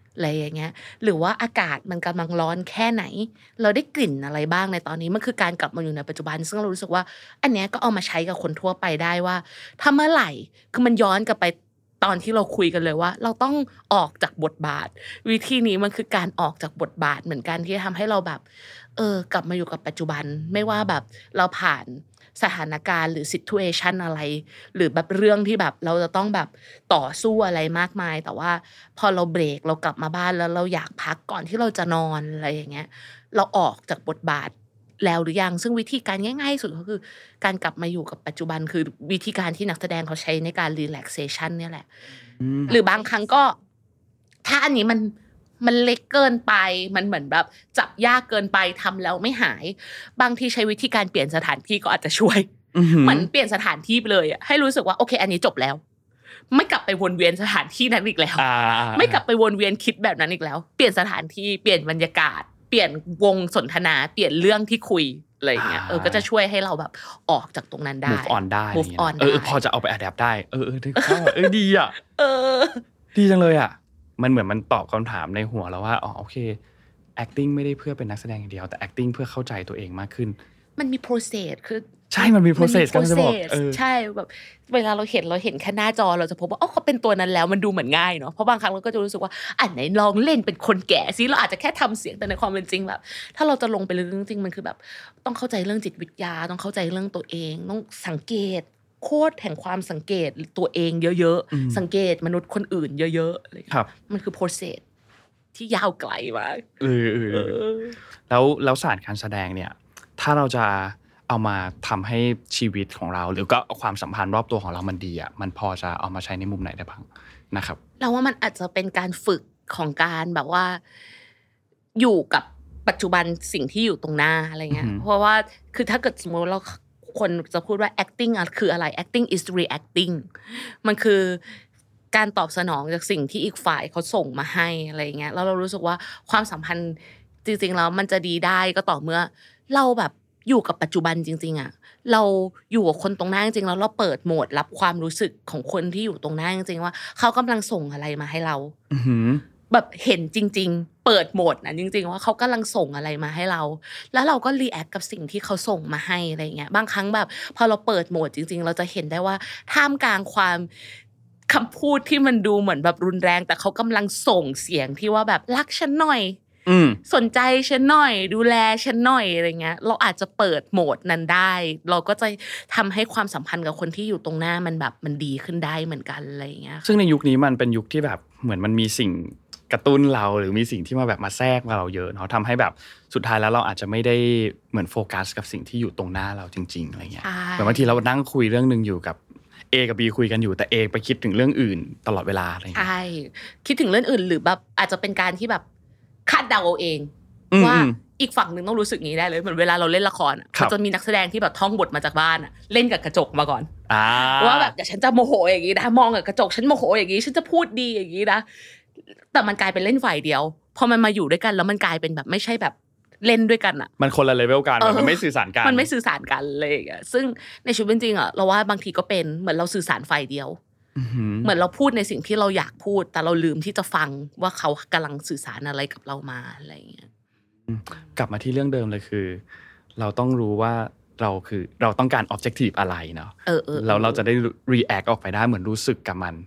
อะไรอย่างเงี้ยหรือว่าอากาศมันกำลังร้อนแค่ไหนเราได้กลิ่นอะไรบ้างในตอนนี้มันคือการกลับมาอยู่ในปัจจุบันซึ่งเรารู้สึกว่าอันเนี้ยก็เอามาใช้กับคนทั่วไปได้ว่าถ้าเมื่อไหร่คือมันย้อนกลับไปตอนที่เราคุยกันเลยว่าเราต้องออกจากบทบาทวิธีนี้มันคือการออกจากบทบาทเหมือนกันที่ทำให้เราแบบเออกลับมาอยู่กับปัจจุบันไม่ว่าแบบเราผ่านสถานการณ์หรือ situation อะไรหรือแบบเรื่องที่แบบเราจะต้องแบบต่อสู้อะไรมากมายแต่ว่าพอเราเบรกเรากลับมาบ้านแล้วเราอยากพักก่อนที่เราจะนอนอะไรอย่างเงี้ยเราออกจากบทบาทแล้วหรือยังซึ่งวิธีการง่ายๆสุดก็คือการกลับมาอยู่กับปัจจุบันคือวิธีการที่นักแสดงเขาใช้ในการ relaxation เนี่ยแหละหรือบางครั้งก็ถ้าอันนี้มันมันเล็กเกินไปมันเหมือนแบบจับยากเกินไปทำแล้วไม่หายบางทีใช้วิธีการเปลี่ยนสถานที่ก็อาจจะช่วยเหมือนเปลี่ยนสถานที่ไปเลยอ่ะให้รู้สึกว่าโอเคอันนี้จบแล้วไม่กลับไปวนเวียนสถานที่นั้นอีกแล้วไม่กลับไปวนเวียนคิดแบบนั้นอีกแล้วเปลี่ยนสถานที่เปลี่ยนบรรยากาศเปลี่ยนวงสนทนาเปลี่ยนเรื่องที่คุยอะไรอย่างเงี้ยเออก็จะช่วยให้เราแบบออกจากตรงนั้นได้ move on ได้ move on เออพอจะเอาไป adapt ได้เออเออเออดีอ่ะเออดีจังเลยอ่ะมันเหมือนมันตอบคำถามในหัวแล้วว่าอ๋อโอเค acting ไม่ได้เพื่อเป็นนักแสดงอย่างเดียวแต่ acting เพื่อเข้าใจตัวเองมากขึ้นมันมี process คือใช่มันมี process กันจะบอกเออใช่แบบเวลาเราเห็นเราเห็นแค่หน้าจอเราจะพบว่าอ๋อเขาเป็นตัวนั้นแล้วมันดูเหมือนง่ายเนาะเพราะบางครั้งเราก็จะรู้สึกว่าอันไหนลองเล่นเป็นคนแก่ซิเราอาจจะแค่ทำเสียงแต่ในความเป็นจริงแบบถ้าเราจะลงไปลึกจริงๆมันคือแบบต้องเข้าใจเรื่องจิตวิทยาต้องเข้าใจเรื่องตัวเองต้องสังเกตโคตรแห่งความสังเกตตัวเองเยอะๆสังเกตมนุษย์คนอื่นเยอะๆอะไรอย่างเงี้ยมันคือ process ที่ยาวไกลมากเออๆแล้วแล้วศาสตร์การแสดงเนี่ยถ้าเราจะเอามาทำให้ชีวิตของเราหรือก็ความสัมพันธ์รอบตัวของเรามันดีอ่ะมันพอจะเอามาใช้ในมุมไหนได้บ้างนะครับเราว่ามันอาจจะเป็นการฝึกของการแบบว่าอยู่กับปัจจุบันสิ่งที่อยู่ตรงหน้าอะไรเงี้ยเพราะว่าคือถ้าเกิดสมมติเราคนจะพูดว่า acting อ่ะคืออะไร acting is reacting มันคือการตอบสนองจากสิ่งที่อีกฝ่ายเขาส่งมาให้อะไรเงี้ยแล้วเรารู้สึกว่าความสัมพันธ์จริงๆแล้วมันจะดีได้ก็ต่อเมื่อเราแบบอยู่กับปัจจุบันจริงๆอ่ะเราอยู่กับคนตรงหน้าจริงๆแล้วเราเปิดโหมดรับความรู้สึกของคนที่อยู่ตรงหน้าจริงๆว่าเขากำลังส่งอะไรมาให้เราแบบเห็นจริงๆเปิดโหมดนะจริงๆว่าเขากำลังส่งอะไรมาให้เราแล้วเราก็รีแอคกับสิ่งที่เขาส่งมาให้อะไรเงี้ยบางครั้งแบบพอเราเปิดโหมดจริงๆเราจะเห็นได้ว่าท่ามกลางความคำพูดที่มันดูเหมือนแบบรุนแรงแต่เขากำลังส่งเสียงที่ว่าแบบรักฉันหน่อยสนใจฉันหน่อยดูแลฉันหน่อยอะไรเงี้ยเราอาจจะเปิดโหมดนั้นได้เราก็จะทำให้ความสัมพันธ์กับคนที่อยู่ตรงหน้ามันแบบมันดีขึ้นได้เหมือนกันอะไรเงี้ยซึ่งในยุคนี้มันเป็นยุคที่แบบเหมือนมันมีสิ่งกระตุ้นเราหรือมีสิ่งที่มาแบบมาแทรกเราเยอะเนาะทำให้แบบสุดท้ายแล้วเราอาจจะไม่ได้เหมือนโฟกัสกับสิ่งที่อยู่ตรงหน้าเราจริงๆอะไรเงี้ยแต่บางทีเรานั่งคุยเรื่องนึงอยู่กับA กับ B คุยกันอยู่แต่ A ไปคิดถึงเรื่องอื่นตลอดเวลาอะไรอย่างเงี้ยใช่คิดถึงเรื่องอื่นหรือแบบอาจจะเป็นการที่แบบคาดเดาเอาเองว่าอีกฝั่งนึงต้องรู้สึกงี้ได้เลยเหมือนเวลาเราเล่นละครมันจะมีนักแสดงที่แบบท่องบทมาจากบ้านอะเล่นกับกระจกมาก่อนว่าแบบเดี๋ยวฉันจะโมโหอย่างงี้นะมองกับกระจกฉันโมโหอย่างงี้ฉันจะพูดดีอย่างงี้นะแต่มันกลายเป็นเล่นฝ่ายเดียวพอมันมาอยู่ด้วยกันแล้วมันกลายเป็นแบบไม่ใช่แบบเล่นด้วยกันอ่ะมันคนละเลเวลกันมันไม่สื่อสารกันมันไม่สื่อสารกันเลยอ่ะซึ่งในชีวิตจริงอ่ะเราว่าบางทีก็เป็นเหมือนเราสื่อสารฝ่ายเดียวเหมือนเราพูดในสิ่งที่เราอยากพูดแต่เราลืมที่จะฟังว่าเขากำลังสื่อสารอะไรกับเรามาอะไรอย่างเงี้ยกลับมาที่เรื่องเดิมเลยคือเราต้องรู้ว่าเราคือเราต้องการ objective อะไรเนาะแล้วเราจะได้ react ออกไปได้เหมือนรู้สึกกับมัน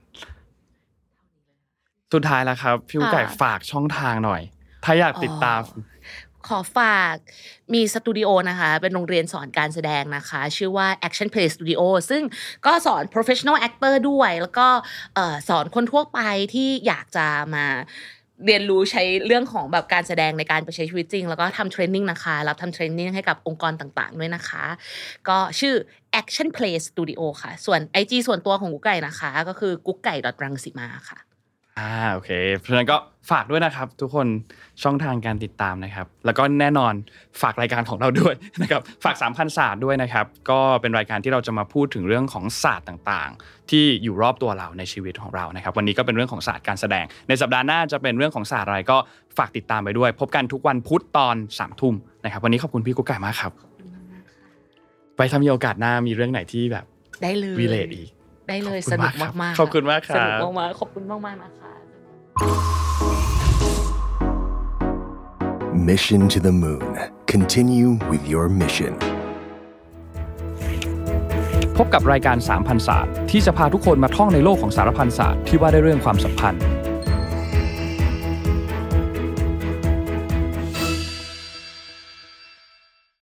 สุดท้ายแล้วครับพี่กุ๊กไก่ฝากช่องทางหน่อยถ้าอยากติดตามขอฝากมีสตูดิโอนะคะเป็นโรงเรียนสอนการแสดงนะคะชื่อว่า Action Play Studio ซึ่งก็สอน professional actor ด้วยแล้วก็สอนคนทั่วไปที่อยากจะมาเรียนรู้ใช้เรื่องของแบบการแสดงในการไปใช้ชีวิตจริงแล้วก็ทำเทรนนิ่งนะคะรับทำเทรนนิ่งให้กับองค์กรต่างๆด้วยนะคะก็ชื่อ Action Play Studio ค่ะส่วน ไอ จี ส่วนตัวของกุ๊กไก่นะคะก็คือกุ๊กไก่ รังสิมาค่ะอ่าโอเคเพราะฉะนั้นก็ฝากด้วยนะครับทุกคนช่องทางการติดตามนะครับแล้วก็แน่นอนฝากรายการของเราด้วยนะครับฝากสามพันศาสตร์ด้วยนะครับก็เป็นรายการที่เราจะมาพูดถึงเรื่องของศาสตร์ต่างๆที่อยู่รอบตัวเราในชีวิตของเรานะครับวันนี้ก็เป็นเรื่องของศาสตร์การแสดงในสัปดาห์หน้าจะเป็นเรื่องของศาสตร์อะไรก็ฝากติดตามไปด้วยพบกันทุกวันพุธตอนสามทุ่มนะครับวันนี้ขอบคุณพี่กุ๊กไก่มากครับไปถ้ามีโอกาสหน้ามีเรื่องไหนที่แบบได้เลยรีเลทอีกได้เลยสนุกมากๆขอบคุณมากครับสนุกมากๆขอบคุณมากๆนะคะ Mission to the Moon. Continue with your mission. พบกับรายการสามพันศาสตร์ที่จะพาทุกคนมาท่องในโลกของสารพันศาสตร์ที่ว่าด้วยเรื่องความสัมพันธ์